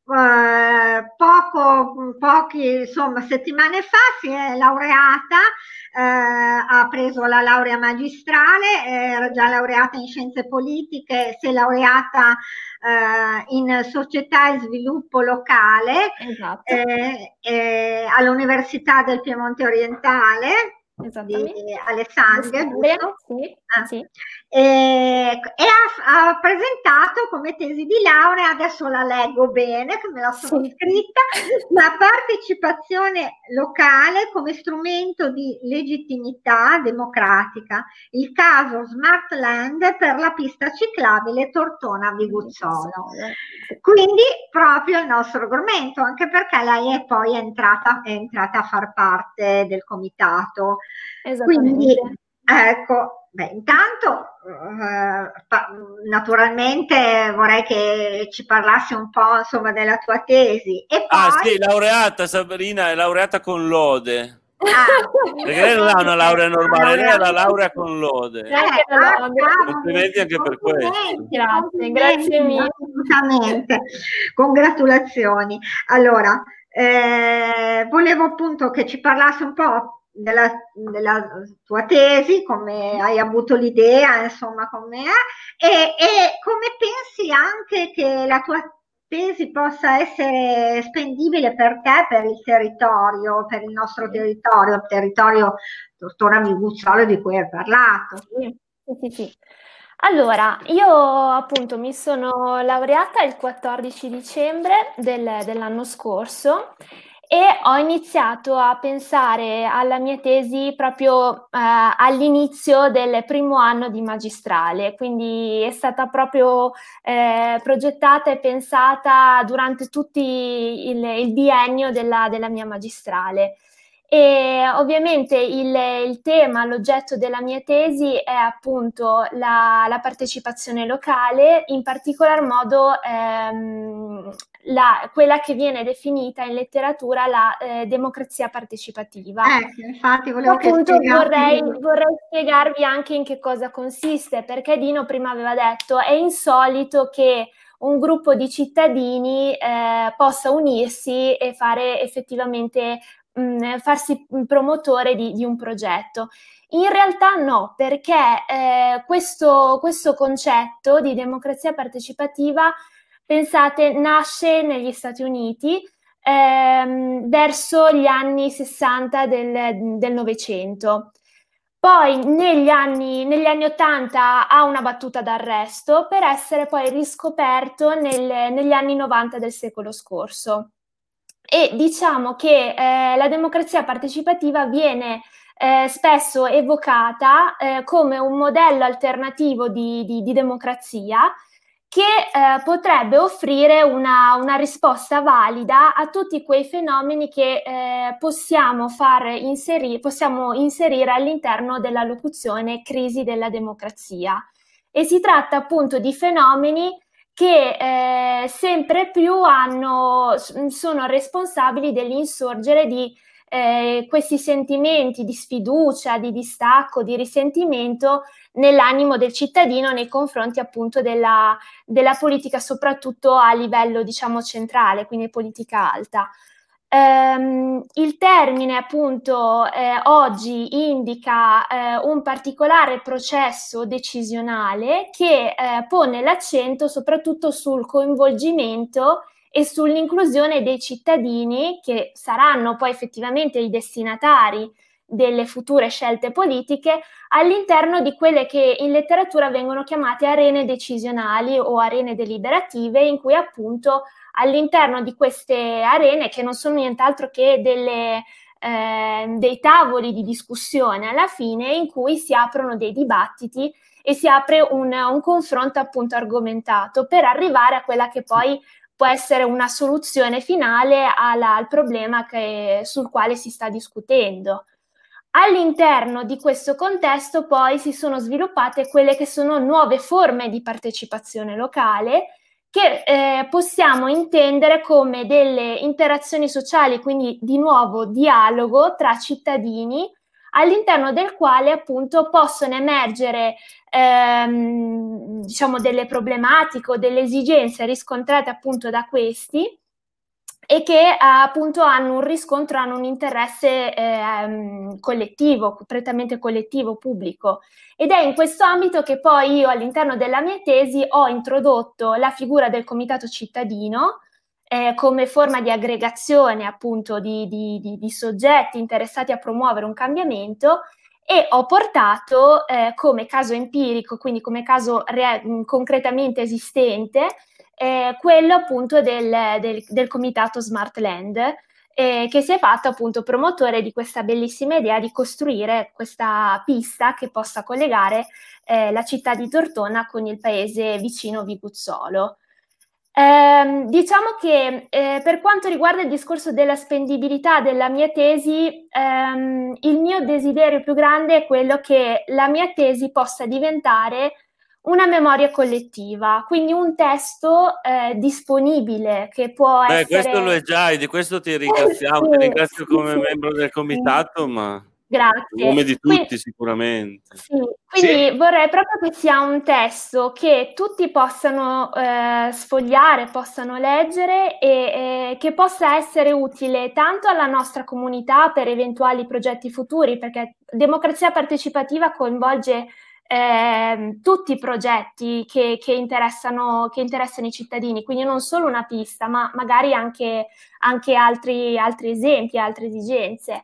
poche insomma, settimane fa si è laureata, ha preso la laurea magistrale, era già laureata in scienze politiche, si è laureata in società e sviluppo locale, Esatto. all'Università del Piemonte Orientale di Alessandria, giusto? Sì, sì. E ha presentato come tesi di laurea, adesso la leggo bene, che me la sono scritta, la partecipazione locale come strumento di legittimità democratica, il caso Smart Land per la pista ciclabile Tortona-Viguzzolo. Quindi proprio il nostro argomento, anche perché lei è poi entrata a far parte del comitato. Quindi, ecco, intanto naturalmente vorrei che ci parlassi un po' insomma della tua tesi. E poi... sì, laureata, Sabrina è laureata con lode. Perché lei non ha una laurea normale, lei ha la laurea con lode. Complimenti anche per questo. Grazie mille. Assolutamente. Congratulazioni. Allora, volevo appunto che ci parlassi un po' della tua tesi, come hai avuto l'idea, insomma, come è, e come pensi anche che la tua tesi possa essere spendibile per te, per il territorio, per il nostro territorio Tortona-Viguzzolo di cui hai parlato. Sì. Allora, io appunto mi sono laureata il 14 dicembre dell'anno scorso e ho iniziato a pensare alla mia tesi proprio all'inizio del primo anno di magistrale, quindi è stata proprio progettata e pensata durante tutto il biennio della mia magistrale. E ovviamente il tema, l'oggetto della mia tesi è appunto la partecipazione locale, in particolar modo quella che viene definita in letteratura la democrazia partecipativa. Infatti volevo appunto vorrei spiegarvi anche in che cosa consiste, perché Dino prima aveva detto è insolito che un gruppo di cittadini possa unirsi e fare effettivamente farsi promotore di un progetto. In realtà no, perché questo concetto di democrazia partecipativa, pensate, nasce negli Stati Uniti verso gli anni 60 del Novecento. Poi negli anni 80 ha una battuta d'arresto per essere poi riscoperto negli anni 90 del secolo scorso. E diciamo che la democrazia partecipativa viene spesso evocata come un modello alternativo di democrazia che potrebbe offrire una risposta valida a tutti quei fenomeni che possiamo inserire all'interno della locuzione crisi della democrazia. E si tratta appunto di fenomeni che sempre più sono responsabili dell'insorgere di questi sentimenti di sfiducia, di distacco, di risentimento nell'animo del cittadino nei confronti appunto della politica, soprattutto a livello diciamo centrale, quindi politica alta. Il termine appunto oggi indica un particolare processo decisionale che pone l'accento soprattutto sul coinvolgimento e sull'inclusione dei cittadini che saranno poi effettivamente i destinatari delle future scelte politiche all'interno di quelle che in letteratura vengono chiamate arene decisionali o arene deliberative, in cui appunto all'interno di queste arene, che non sono nient'altro che dei tavoli di discussione alla fine, in cui si aprono dei dibattiti e si apre un confronto appunto argomentato per arrivare a quella che poi può essere una soluzione finale al problema sul quale si sta discutendo. All'interno di questo contesto poi si sono sviluppate quelle che sono nuove forme di partecipazione locale, che possiamo intendere come delle interazioni sociali, quindi di nuovo dialogo tra cittadini, all'interno del quale appunto possono emergere diciamo delle problematiche o delle esigenze riscontrate appunto da questi, e che appunto hanno un riscontro, hanno un interesse collettivo, prettamente collettivo, pubblico. Ed è in questo ambito che poi io all'interno della mia tesi ho introdotto la figura del comitato cittadino come forma di aggregazione appunto di soggetti interessati a promuovere un cambiamento, e ho portato come caso empirico, quindi come caso concretamente esistente, quello appunto del comitato Smart Land, che si è fatto appunto promotore di questa bellissima idea di costruire questa pista che possa collegare la città di Tortona con il paese vicino Viguzzolo. Diciamo che per quanto riguarda il discorso della spendibilità della mia tesi, il mio desiderio più grande è quello che la mia tesi possa diventare una memoria collettiva, quindi un testo disponibile che può essere... Questo lo è già, e di questo ti ringraziamo, ti ringrazio come membro del comitato, ma... Grazie. Come di tutti, sicuramente. Quindi vorrei proprio che sia un testo che tutti possano sfogliare, possano leggere, e che possa essere utile tanto alla nostra comunità per eventuali progetti futuri, perché democrazia partecipativa coinvolge tutti i progetti che interessano i cittadini, quindi non solo una pista, ma magari anche altri esempi, altre esigenze.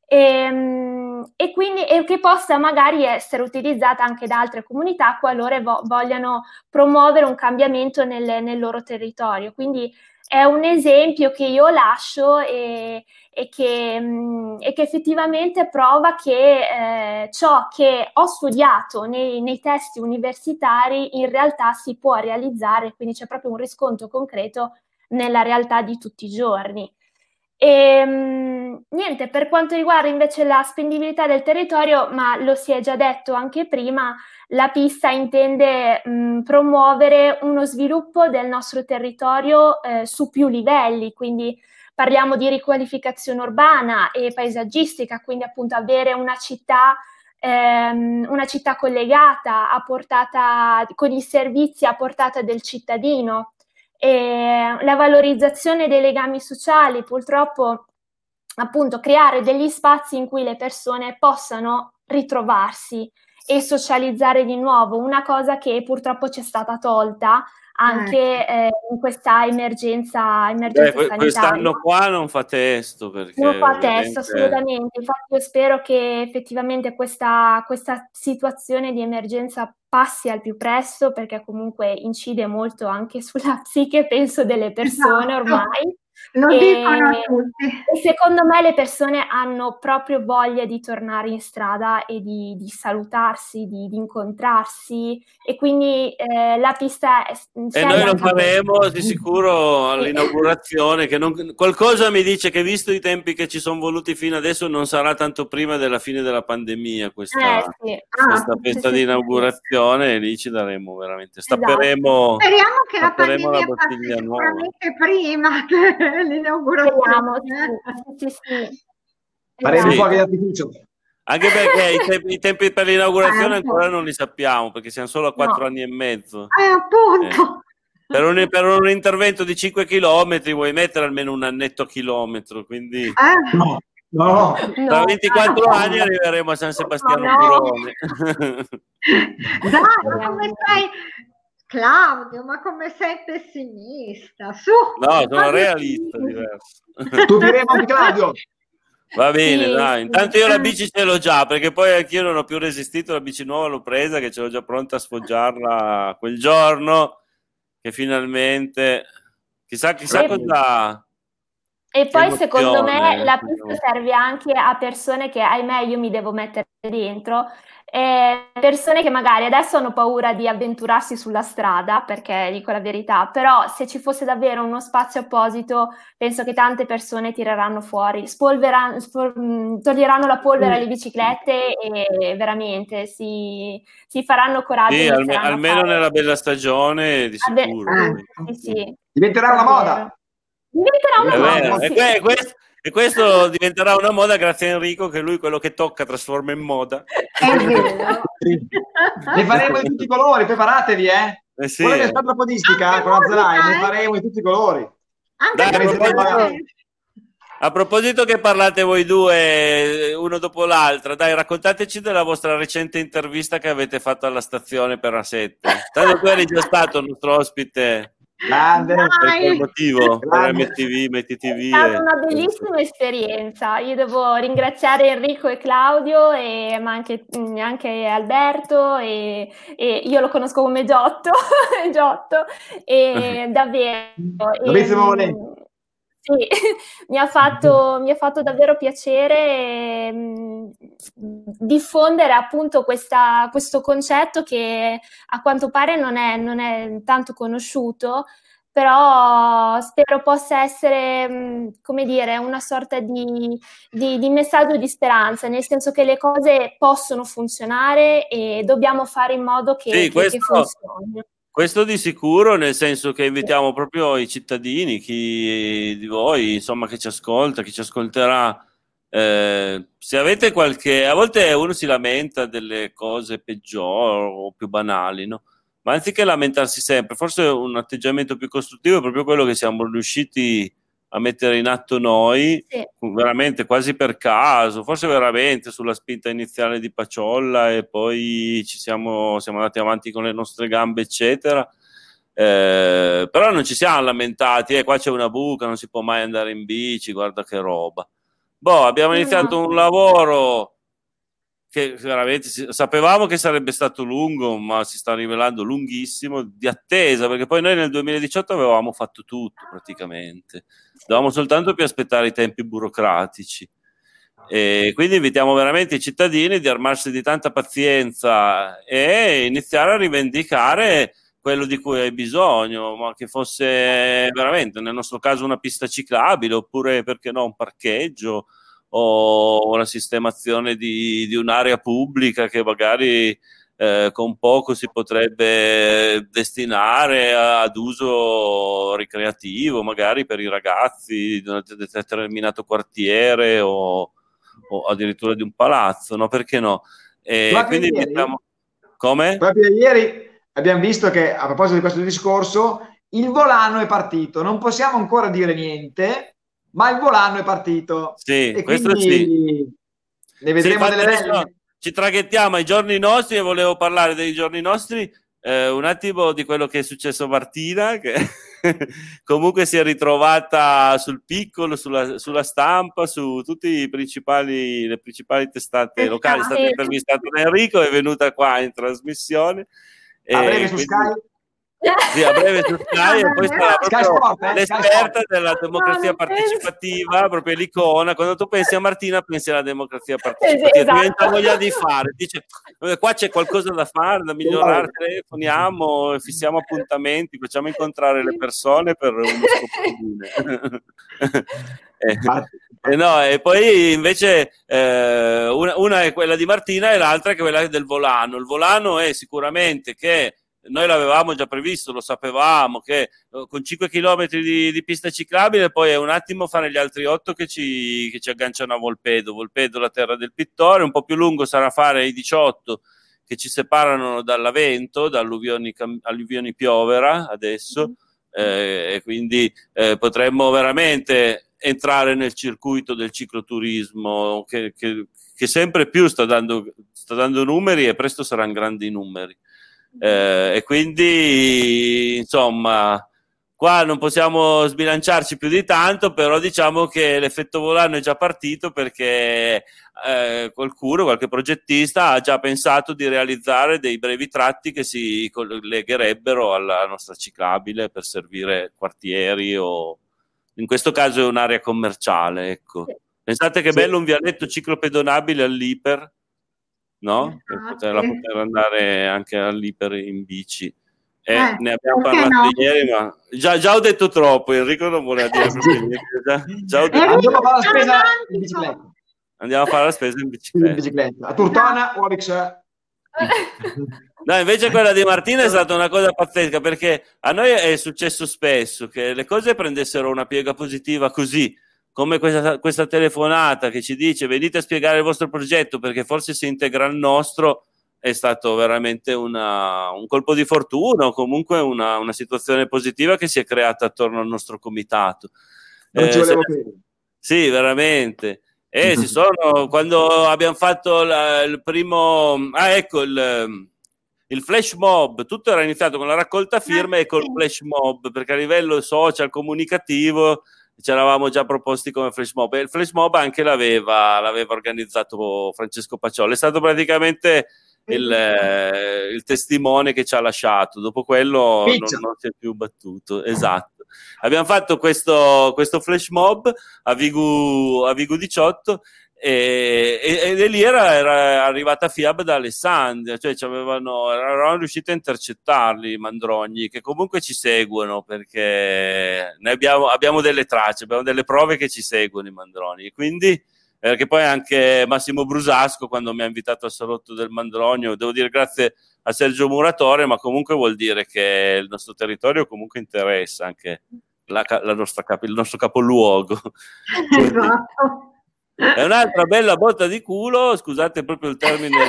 E quindi che possa magari essere utilizzata anche da altre comunità qualora vogliano promuovere un cambiamento nel loro territorio. Quindi è un esempio che io lascio e che effettivamente prova che ciò che ho studiato nei testi universitari in realtà si può realizzare, quindi c'è proprio un riscontro concreto nella realtà di tutti i giorni. Niente, per quanto riguarda invece la spendibilità del territorio, ma lo si è già detto anche prima, la pista intende promuovere uno sviluppo del nostro territorio su più livelli, quindi parliamo di riqualificazione urbana e paesaggistica, quindi appunto avere una città collegata, con i servizi a portata del cittadino. La valorizzazione dei legami sociali, purtroppo appunto creare degli spazi in cui le persone possano ritrovarsi e socializzare di nuovo, una cosa che purtroppo ci è stata tolta anche in questa emergenza sanitaria. Quest'anno qua non fa testo, perché non fa testo, assolutamente. Infatti io spero che effettivamente questa situazione di emergenza passi al più presto, perché comunque incide molto anche sulla psiche, penso, delle persone ormai. Lo dicono tutti. E secondo me le persone hanno proprio voglia di tornare in strada e di salutarsi, di incontrarsi, e quindi la pista e noi lo faremo di sicuro all'inaugurazione, che qualcosa mi dice che, visto i tempi che ci sono voluti fino adesso, non sarà tanto prima della fine della pandemia questa festa di inaugurazione, e lì ci daremo veramente, stapperemo. Speriamo che la pandemia passi sicuramente prima che l'inaugurazione. Sì. Faremo un po' di artificio. Anche perché i tempi per l'inaugurazione ancora non li sappiamo, perché siamo solo a 4 anni e mezzo. Appunto. Per un intervento di 5 chilometri vuoi mettere almeno un annetto chilometro, quindi no. Tra 24 anni arriveremo a San Sebastiano Curone. Dai, come sei, Claudio, ma come sei pessimista? Su, no, sono realista, diverso. Tu diremo anche Claudio. Va bene, Sì, dai. sì. Intanto io la bici ce l'ho già, perché poi anch'io non ho più resistito, la bici nuova l'ho presa, che ce l'ho già pronta a sfoggiarla quel giorno, che finalmente, chissà cosa, E che poi secondo me emozione. la pista serve anche a persone che, ahimè, io mi devo mettere dentro, persone che magari adesso hanno paura di avventurarsi sulla strada, perché dico la verità, però se ci fosse davvero uno spazio apposito, penso che tante persone tireranno fuori, toglieranno la polvere alle biciclette e veramente si faranno coraggio Sì, e inizieranno a almeno fare. nella bella stagione, di sicuro. Sì, sì, Diventerà una è moda. vero. Diventerà È una vero, moda, sì. e questo diventerà una moda grazie a Enrico, che lui quello che tocca trasforma in moda. È vero. Ne faremo di tutti i colori, preparatevi, Sì, Quella che è stata podistica Anche con la Zalai, ne musica, faremo di tutti i colori. Anche Dai, a proposito che parlate voi due uno dopo l'altro, dai, raccontateci della vostra recente intervista che avete fatto alla stazione per A7. Tanto tu eri già stato il nostro ospite. Grande. Per quel motivo, per Grande. MTV, MTV. È stata una bellissima esperienza. Io devo ringraziare Enrico e Claudio, ma anche Alberto, e io lo conosco come Giotto, Giotto, e davvero. Sì, mi ha fatto davvero piacere diffondere appunto questo concetto che a quanto pare non è tanto conosciuto, però spero possa essere, come dire, una sorta di messaggio di speranza, nel senso che le cose possono funzionare e dobbiamo fare in modo che funzioni. Questo di sicuro, nel senso che invitiamo proprio i cittadini, chi di voi, insomma, che ci ascolta, chi ci ascolterà, se avete a volte uno si lamenta delle cose peggiori o più banali, no? Ma anziché lamentarsi sempre, forse un atteggiamento più costruttivo è proprio quello che siamo riusciti a mettere in atto noi, veramente quasi per caso, forse veramente sulla spinta iniziale di Paciolla, e poi siamo andati avanti con le nostre gambe, eccetera. Però non ci siamo lamentati, qua c'è una buca, non si può mai andare in bici, guarda che roba. Abbiamo iniziato un lavoro che veramente sapevamo che sarebbe stato lungo, ma si sta rivelando lunghissimo, di attesa, perché poi noi nel 2018 avevamo fatto tutto praticamente, dovevamo soltanto più aspettare i tempi burocratici, e quindi invitiamo veramente i cittadini di armarsi di tanta pazienza e iniziare a rivendicare quello di cui hai bisogno, ma che fosse veramente, nel nostro caso, una pista ciclabile, oppure perché no un parcheggio, o una sistemazione di un'area pubblica che magari con poco si potrebbe destinare ad uso ricreativo, magari per i ragazzi di un determinato quartiere o addirittura di un palazzo, no? Perché no? Quindi come? Proprio ieri abbiamo visto che, a proposito di questo discorso, il volano è partito. Non possiamo ancora dire niente, ma il volano è partito. Sì, e questo quindi ne vedremo delle belle. Ci traghettiamo ai giorni nostri, e volevo parlare dei giorni nostri un attimo di quello che è successo a Martina, che comunque si è ritrovata sul piccolo, sulla stampa, su tutte le principali testate locali. È stata intervistata da Enrico, è venuta qua in trasmissione. A breve su Sky? Sì, a breve su Sky, e poi sarà proprio l'esperta della democrazia partecipativa, proprio l'icona. Quando tu pensi a Martina pensi alla democrazia partecipativa, diventa voglia di fare, dice qua c'è qualcosa da fare, da migliorare, telefoniamo, fissiamo appuntamenti, facciamo incontrare le persone per uno scopo comune. No, e poi invece una è quella di Martina e l'altra è quella del volano. Il volano è sicuramente che noi l'avevamo già previsto, lo sapevamo, che con 5 km di pista ciclabile poi è un attimo fare gli altri 8 che ci agganciano a Volpedo, la terra del pittore. Un po' più lungo sarà fare i 18 che ci separano dall'Avento, da alluvioni Piovera adesso, e quindi potremmo veramente entrare nel circuito del cicloturismo che sempre più sta dando numeri, e presto saranno grandi numeri. E quindi insomma qua non possiamo sbilanciarci più di tanto, però diciamo che l'effetto volano è già partito perché qualche progettista ha già pensato di realizzare dei brevi tratti che si collegherebbero alla nostra ciclabile per servire quartieri o in questo caso è un'area commerciale, ecco. Pensate che bello un vialetto ciclopedonabile all'Iper, no? Per poter andare anche all'Iper in bici. Ne abbiamo parlato ieri, ma già ho detto troppo. Enrico non voleva dire niente. Già ho detto. Andiamo a fare la spesa in bicicletta. Andiamo a fare la spesa in bicicletta. A Turtona o a Vixer? No, invece quella di Martina è stata una cosa pazzesca, perché a noi è successo spesso che le cose prendessero una piega positiva così, come questa telefonata che ci dice venite a spiegare il vostro progetto perché forse si integra al nostro. È stato veramente un colpo di fortuna o comunque una situazione positiva che si è creata attorno al nostro comitato. Non ci volevo credere. Sì, veramente. Quando abbiamo fatto il primo... ecco, il flash mob, tutto era iniziato con la raccolta firme e col flash mob, perché a livello social comunicativo ci eravamo già proposti come flash mob. E il flash mob anche l'aveva organizzato Francesco Paciolo. È stato praticamente il testimone che ci ha lasciato. Dopo quello non si è più battuto. Esatto. Abbiamo fatto questo flash mob a Vigu 18 e lì era arrivata FIAB da Alessandria, cioè eravamo riusciti a intercettarli i Mandrogni, che comunque ci seguono perché ne abbiamo delle tracce, abbiamo delle prove che ci seguono i Mandroni, quindi che poi anche Massimo Brusasco quando mi ha invitato al salotto del Mandronio, devo dire grazie a Sergio Muratore, ma comunque vuol dire che il nostro territorio comunque interessa anche il nostro capoluogo. Esatto. È un'altra bella botta di culo, scusate proprio il termine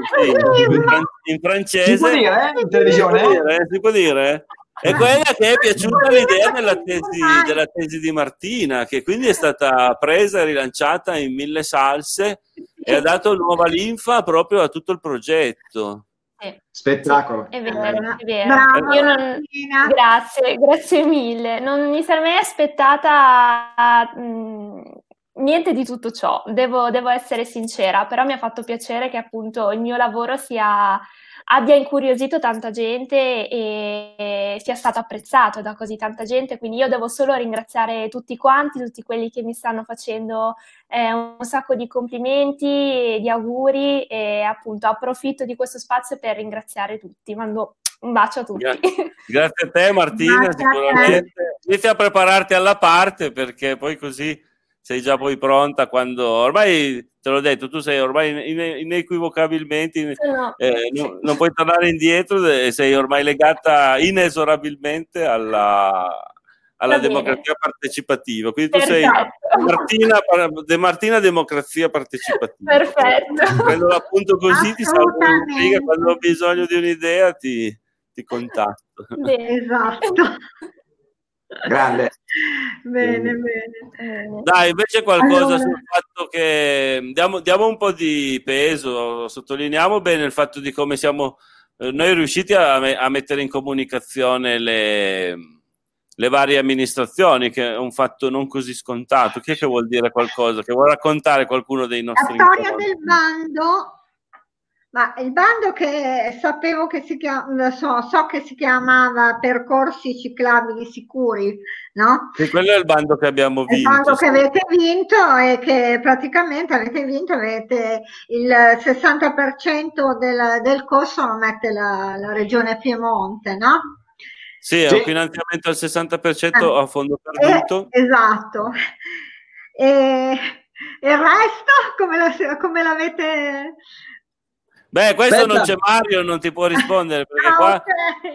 in francese. Si può dire in televisione? Si può dire? È quella che è piaciuta l'idea della tesi di Martina, che quindi è stata presa e rilanciata in 1000 salse e ha dato nuova linfa proprio a tutto il progetto. Spettacolo. È vero, è vero. Grazie mille. Non mi sarei mai aspettata niente di tutto ciò, devo essere sincera, però mi ha fatto piacere che appunto il mio lavoro abbia incuriosito tanta gente e sia stato apprezzato da così tanta gente, quindi io devo solo ringraziare tutti quanti, tutti quelli che mi stanno facendo un sacco di complimenti e di auguri e appunto approfitto di questo spazio per ringraziare tutti, mando un bacio a tutti. Grazie a te Martina, sicuramente inizia a prepararti alla parte perché poi così sei già poi pronta quando ormai te l'ho detto, tu sei ormai inequivocabilmente non puoi tornare indietro e sei ormai legata inesorabilmente alla democrazia partecipativa, quindi tu sei Martina democrazia partecipativa. Perfetto. Prendo l'appunto così, ti salvo in riga, quando ho bisogno di un'idea ti contatto. Esatto. Grande. Bene. Dai, invece qualcosa sul fatto che diamo un po' di peso, sottolineiamo bene il fatto di come siamo noi riusciti a mettere in comunicazione le varie amministrazioni, che è un fatto non così scontato. Chi è che vuol dire qualcosa? Che vuole raccontare qualcuno dei nostri incontri? La storia del bando. Ma il bando che sapevo che so che si chiamava Percorsi Ciclabili Sicuri, no? Sì, quello è il bando che abbiamo vinto. Il bando che avete vinto e che praticamente avete il 60% del costo lo mette la regione Piemonte, no? Sì, è un finanziamento al 60% a fondo perduto. Esatto. E il resto come l'avete... Beh, questo non c'è Mario, non ti può rispondere perché qua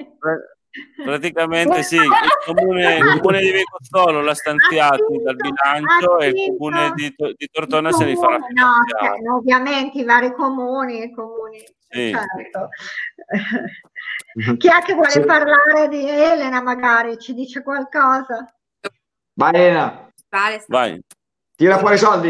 praticamente sì, il comune di Vigozzolo l'ha stanziato dal bilancio e il comune di Tortona se li farà finanziare. No, ovviamente i vari comuni, sì. Certo. Chi è che vuole parlare di Elena magari? Ci dice qualcosa? Vai Elena. Vai. Tira fuori i soldi.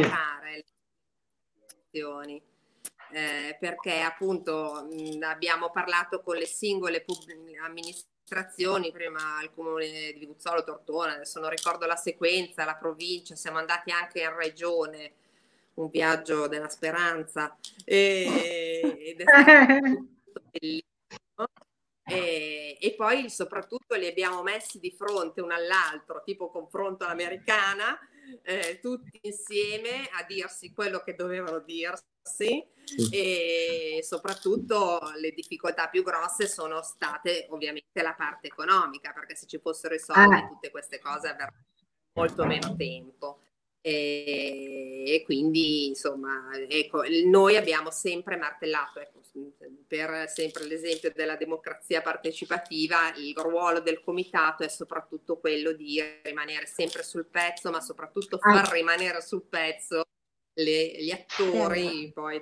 Perché appunto abbiamo parlato con le singole amministrazioni, prima il comune di Viguzzolo, Tortona, adesso non ricordo la sequenza, la provincia, siamo andati anche in regione, un viaggio della speranza, ed è stato bellissimo. E poi soprattutto li abbiamo messi di fronte uno all'altro, tipo confronto all'americana, tutti insieme a dirsi quello che dovevano dirsi, e soprattutto le difficoltà più grosse sono state ovviamente la parte economica, perché se ci fossero i soldi tutte queste cose avrebbero molto meno tempo. E quindi insomma, ecco, noi abbiamo sempre martellato, ecco, per sempre l'esempio della democrazia partecipativa, il ruolo del comitato è soprattutto quello di rimanere sempre sul pezzo, ma soprattutto far rimanere sul pezzo gli attori poi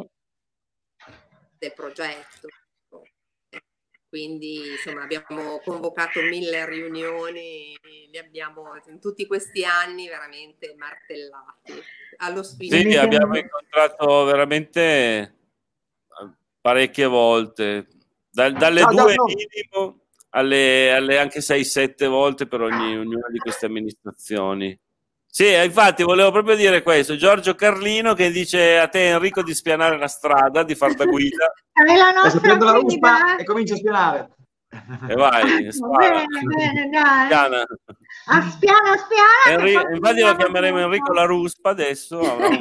del progetto. Quindi insomma abbiamo convocato 1000 riunioni, li abbiamo in tutti questi anni veramente martellati allo spirito. Sì, abbiamo incontrato veramente parecchie volte, dalle 2 minimo alle anche 6-7 volte per ognuna di queste amministrazioni. Sì, infatti volevo proprio dire questo, Giorgio Carlino che dice a te Enrico di spianare la strada, di far da guida. È la nostra prendo la ruspa e comincio a spianare. E vai, spara. Bene, dai. Spiana. Spiana. Infatti lo chiameremo Enrico la ruspa adesso.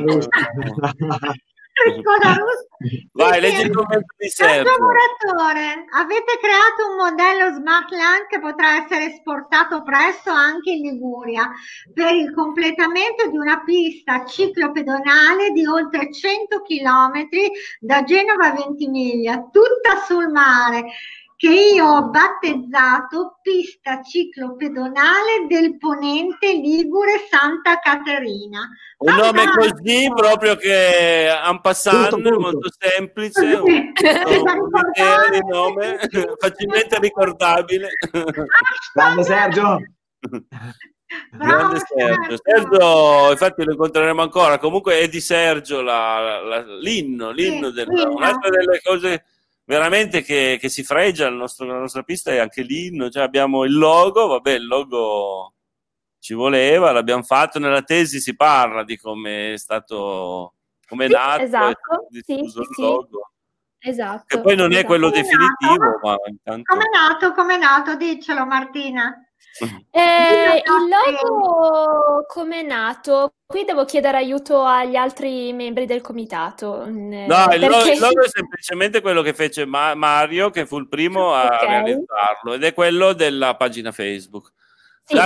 Vai, leggi il commento di Sergio. Muratore, avete creato un modello Smart Land che potrà essere esportato presto anche in Liguria per il completamento di una pista ciclopedonale di oltre 100 km da Genova a Ventimiglia, tutta sul mare, che io ho battezzato pista ciclopedonale del Ponente Ligure Santa Caterina. Un nome così proprio che en passant, molto semplice, un nome facilmente ricordabile. Grande Sergio. Grande Sergio, infatti lo incontreremo ancora. Comunque è di Sergio l'inno un'altra delle cose veramente che si fregia la nostra pista è anche l'inno, cioè abbiamo il logo, vabbè, il logo ci voleva, l'abbiamo fatto, nella tesi si parla di come è stato, come è nato, esatto, è stato diffuso il logo. Esatto. Che poi non è quello definitivo, ma intanto... Come è nato? Diccelo Martina. Il logo come è nato? Qui devo chiedere aiuto agli altri membri del comitato. No, il logo è semplicemente quello che fece Mario, che fu il primo a realizzarlo, ed è quello della pagina Facebook. Da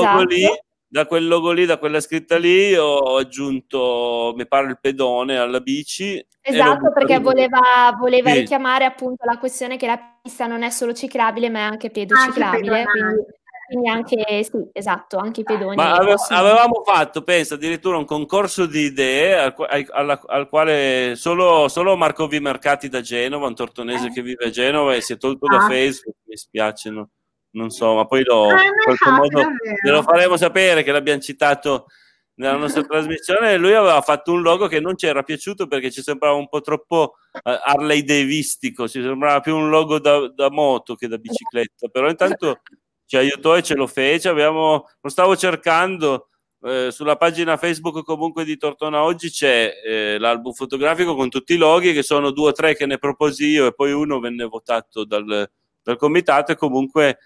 quel logo lì, da quella scritta lì, ho aggiunto, mi pare, il pedone alla bici. Esatto, perché voleva richiamare appunto la questione che la pista non è solo ciclabile, ma è anche pedociclabile. Quindi anche, sì, esatto, anche i pedoni. Ma avevamo fatto, penso, addirittura un concorso di idee al quale solo Marco Vimercati da Genova, un tortonese che vive a Genova e si è tolto da Facebook, mi spiace, no? Non so, ma poi in qualche modo glielo faremo sapere che l'abbiamo citato nella nostra trasmissione. Lui aveva fatto un logo che non ci era piaciuto perché ci sembrava un po' troppo Harley Davistico, ci sembrava più un logo da moto che da bicicletta, però intanto ci aiutò e ce lo fece. Lo stavo cercando sulla pagina Facebook comunque di Tortona Oggi, c'è l'album fotografico con tutti i loghi, che sono 2 o 3 che ne proposi io e poi uno venne votato dal comitato, e comunque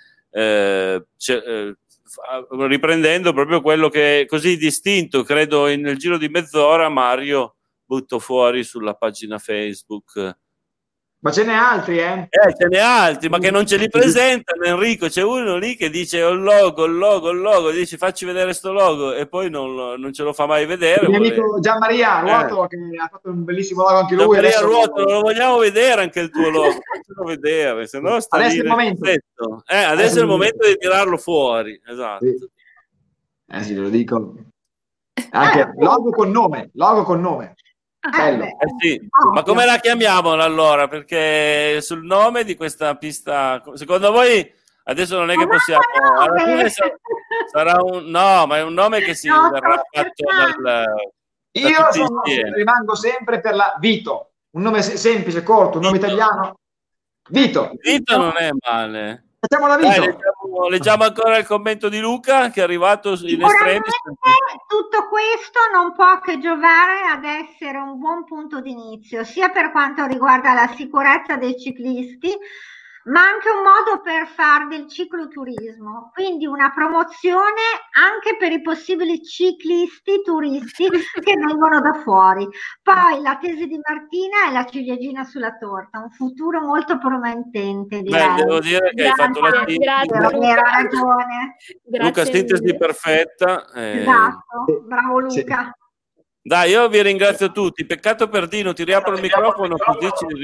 riprendendo proprio quello che è così distinto, credo nel giro di mezz'ora Mario butto fuori sulla pagina Facebook. Ma ce n'è altri, ce n'è altri, ma che non ce li presentano, Enrico. C'è uno lì che dice il logo, dice facci vedere sto logo, e poi non ce lo fa mai vedere. Il mio amico Gianmaria Ruotolo, che ha fatto un bellissimo logo anche lui. Gianmaria Ruotolo, lo vogliamo vedere anche il tuo logo, facciamo vedere, se no sta adesso è il momento. Adesso è il momento di tirarlo fuori, esatto. Sì, lo dico. Anche logo con nome. Bello. Sì. Ma come la chiamiamo allora? Perché sul nome di questa pista, secondo voi, adesso non è che possiamo, alla fine sarà ma è un nome che si verrà fatto rimango sempre per la Vito, un nome semplice, corto, un nome italiano. Vito non è male. Facciamo l'avviso. Leggiamo ancora il commento di Luca che è arrivato in estremi. Tutto questo non può che giovare ad essere un buon punto d'inizio, sia per quanto riguarda la sicurezza dei ciclisti, ma anche un modo per fare del cicloturismo, quindi una promozione anche per i possibili ciclisti turisti che vengono da fuori. Poi la tesi di Martina è la ciliegina sulla torta, un futuro molto promettente, direi. Devo dire che hai fatto la sintesi. Era ragione. Luca, sintesi perfetta. Esatto, bravo Luca. Sì. Dai, io vi ringrazio tutti. Peccato per Dino, ti riapro il microfono così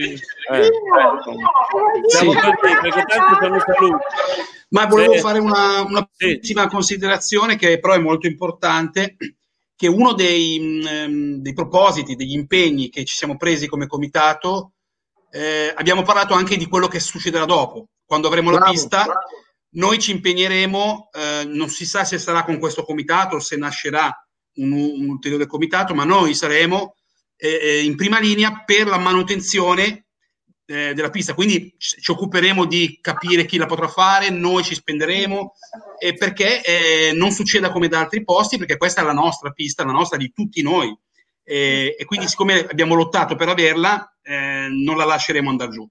siamo tutti, perché tanto sono saluti. Ma volevo fare una ultima considerazione che però è molto importante, che uno dei propositi, degli impegni che ci siamo presi come comitato, abbiamo parlato anche di quello che succederà dopo. Quando avremo la pista, noi ci impegneremo, non si sa se sarà con questo comitato o se nascerà un ulteriore comitato, ma noi saremo in prima linea per la manutenzione della pista, quindi ci occuperemo di capire chi la potrà fare, noi ci spenderemo perché non succeda come da altri posti, perché questa è la nostra pista, la nostra di tutti noi, e quindi siccome abbiamo lottato per averla, non la lasceremo andare giù.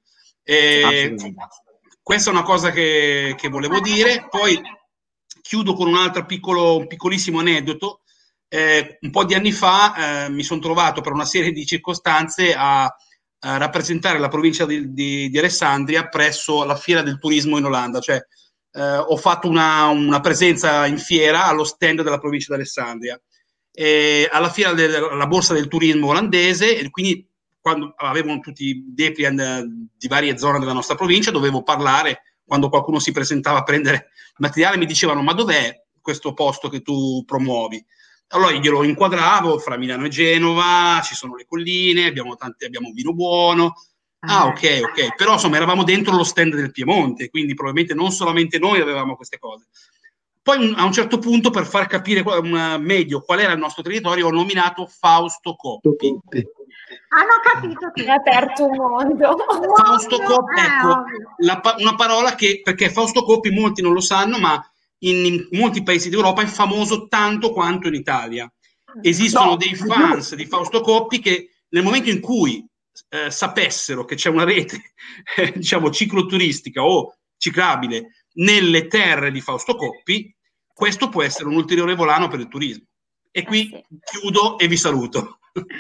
Questa è una cosa che volevo dire. Poi chiudo con un altro piccolissimo aneddoto. Un po' di anni fa mi sono trovato per una serie di circostanze a rappresentare la provincia di Alessandria presso la fiera del turismo in Olanda, cioè ho fatto una presenza in fiera allo stand della provincia di Alessandria, alla fiera della borsa del turismo olandese, e quindi quando avevano tutti i Depliant di varie zone della nostra provincia dovevo parlare. Quando qualcuno si presentava a prendere materiale mi dicevano: ma dov'è questo posto che tu promuovi? Allora io glielo inquadravo: fra Milano e Genova ci sono le colline, abbiamo vino buono. Ok, però insomma eravamo dentro lo stand del Piemonte, quindi probabilmente non solamente noi avevamo queste cose. Poi a un certo punto, per far capire meglio qual era il nostro territorio, ho nominato Fausto Coppi. Hanno capito che è aperto un mondo. Fausto Coppi, ecco, una parola che, perché Fausto Coppi molti non lo sanno, ma in molti paesi d'Europa è famoso tanto quanto in Italia. Esistono dei fans di Fausto Coppi che nel momento in cui sapessero che c'è una rete diciamo cicloturistica o ciclabile nelle terre di Fausto Coppi, questo può essere un ulteriore volano per il turismo. E qui chiudo e vi saluto.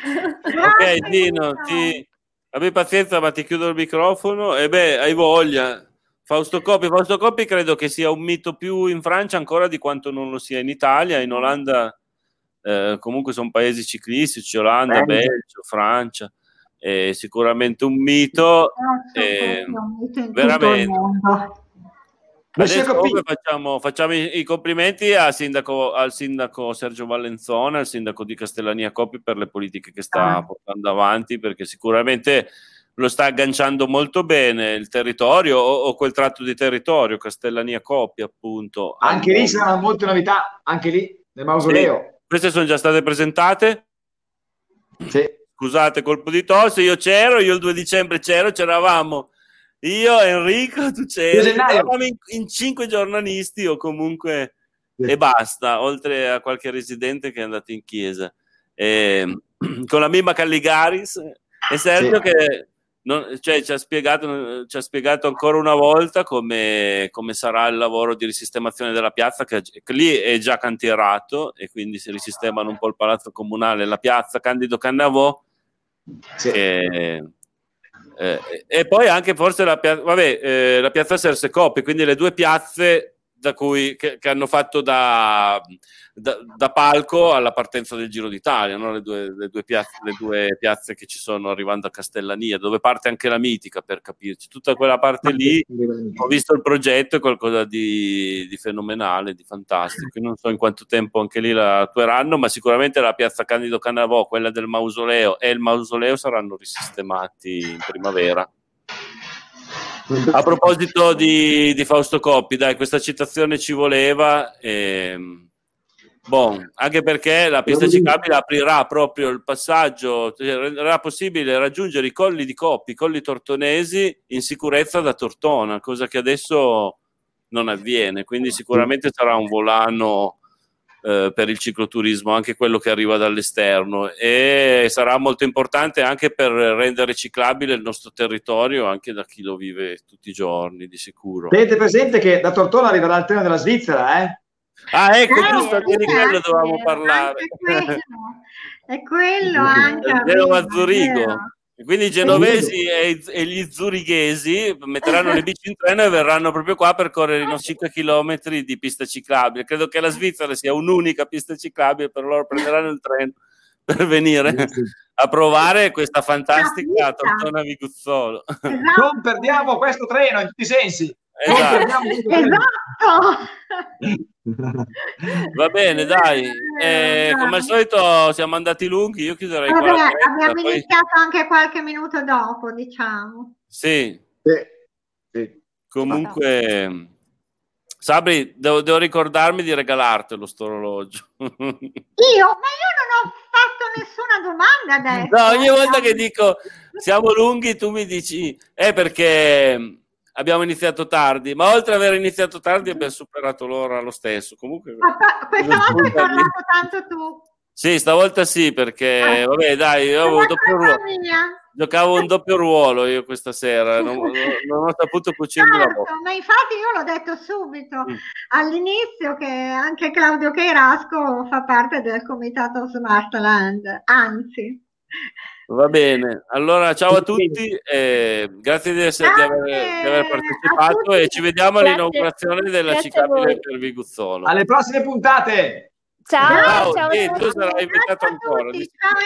Ok Dino, abbi pazienza, ma ti chiudo il microfono. Hai voglia. Fausto Coppi credo che sia un mito più in Francia ancora di quanto non lo sia in Italia. In Olanda comunque sono paesi ciclistici, Olanda, Belgio, Francia, sicuramente un mito, veramente. Adesso facciamo i complimenti al sindaco Sergio Vallenzona, al sindaco di Castellania Coppi, per le politiche che sta portando avanti, perché sicuramente lo sta agganciando molto bene il territorio o quel tratto di territorio, Castellania Coppi appunto. Anche lì saranno molte novità, anche lì nel mausoleo. Sì. Queste sono già state presentate? Sì. Scusate, colpo di tosse, io il 2 dicembre c'eravamo io, Enrico, tu c'eri, eravamo in 5 giornalisti o comunque e basta, oltre a qualche residente che è andato in chiesa, con la Mimma Calligaris e Sergio che ci ha spiegato ancora una volta come sarà il lavoro di risistemazione della piazza, che lì è già cantierato e quindi si risistemano un po' il palazzo comunale, la piazza Candido Cannavò, e poi anche forse la piazza Serse Coppi, quindi le due piazze che hanno fatto da palco alla partenza del Giro d'Italia, no? le due piazze che ci sono arrivando a Castellania, dove parte anche la mitica, per capirci, tutta quella parte lì. Ho visto il progetto, è qualcosa di fenomenale, di fantastico. Io non so in quanto tempo anche lì la attueranno, ma sicuramente la piazza Candido Cannavò, quella del mausoleo e il mausoleo saranno risistemati in primavera. A proposito di Fausto Coppi, dai, questa citazione ci voleva, anche perché la pista ciclabile aprirà proprio il passaggio, sarà possibile raggiungere i colli di Coppi, i colli tortonesi in sicurezza da Tortona, cosa che adesso non avviene, quindi sicuramente sarà un volano per il cicloturismo, anche quello che arriva dall'esterno, e sarà molto importante anche per rendere ciclabile il nostro territorio anche da chi lo vive tutti i giorni, di sicuro. Tenete presente che da Tortona arriverà il treno della Svizzera, Ah, ecco, giusto, anche di quello dovevamo parlare. È quello anche. Genova-Zurigo. Quindi i genovesi e gli zurighesi metteranno le bici in treno e verranno proprio qua per correre i 5 chilometri di pista ciclabile. Credo che la Svizzera sia un'unica pista ciclabile, per loro prenderanno il treno per venire a provare questa fantastica Tortona Viguzzolo. Non perdiamo questo treno in tutti i sensi. Esatto. Va bene, dai. Come al solito siamo andati lunghi. Io chiuderei qua. Abbiamo iniziato anche qualche minuto dopo, diciamo. Sì. Comunque, Sabri, devo ricordarmi di regalartelo sto orologio. Io? Ma io non ho fatto nessuna domanda adesso. No, ogni volta che dico siamo lunghi, tu mi dici perché abbiamo iniziato tardi, ma oltre ad aver iniziato tardi abbiamo superato l'ora lo stesso. Comunque, questa volta hai parlato tanto tu. Sì, stavolta sì, perché vabbè, dai, io avevo doppio ruolo. Giocavo un doppio ruolo io questa sera, non ho saputo cucirmi la bocca. Ma infatti io l'ho detto subito all'inizio che anche Claudio Cheirasco fa parte del comitato Smartland, anzi. Va bene, allora ciao a tutti, grazie di aver partecipato e ci vediamo all'inaugurazione della ciclabile per Viguzzolo. Alle prossime puntate! Ciao, Tu sarai invitato ancora.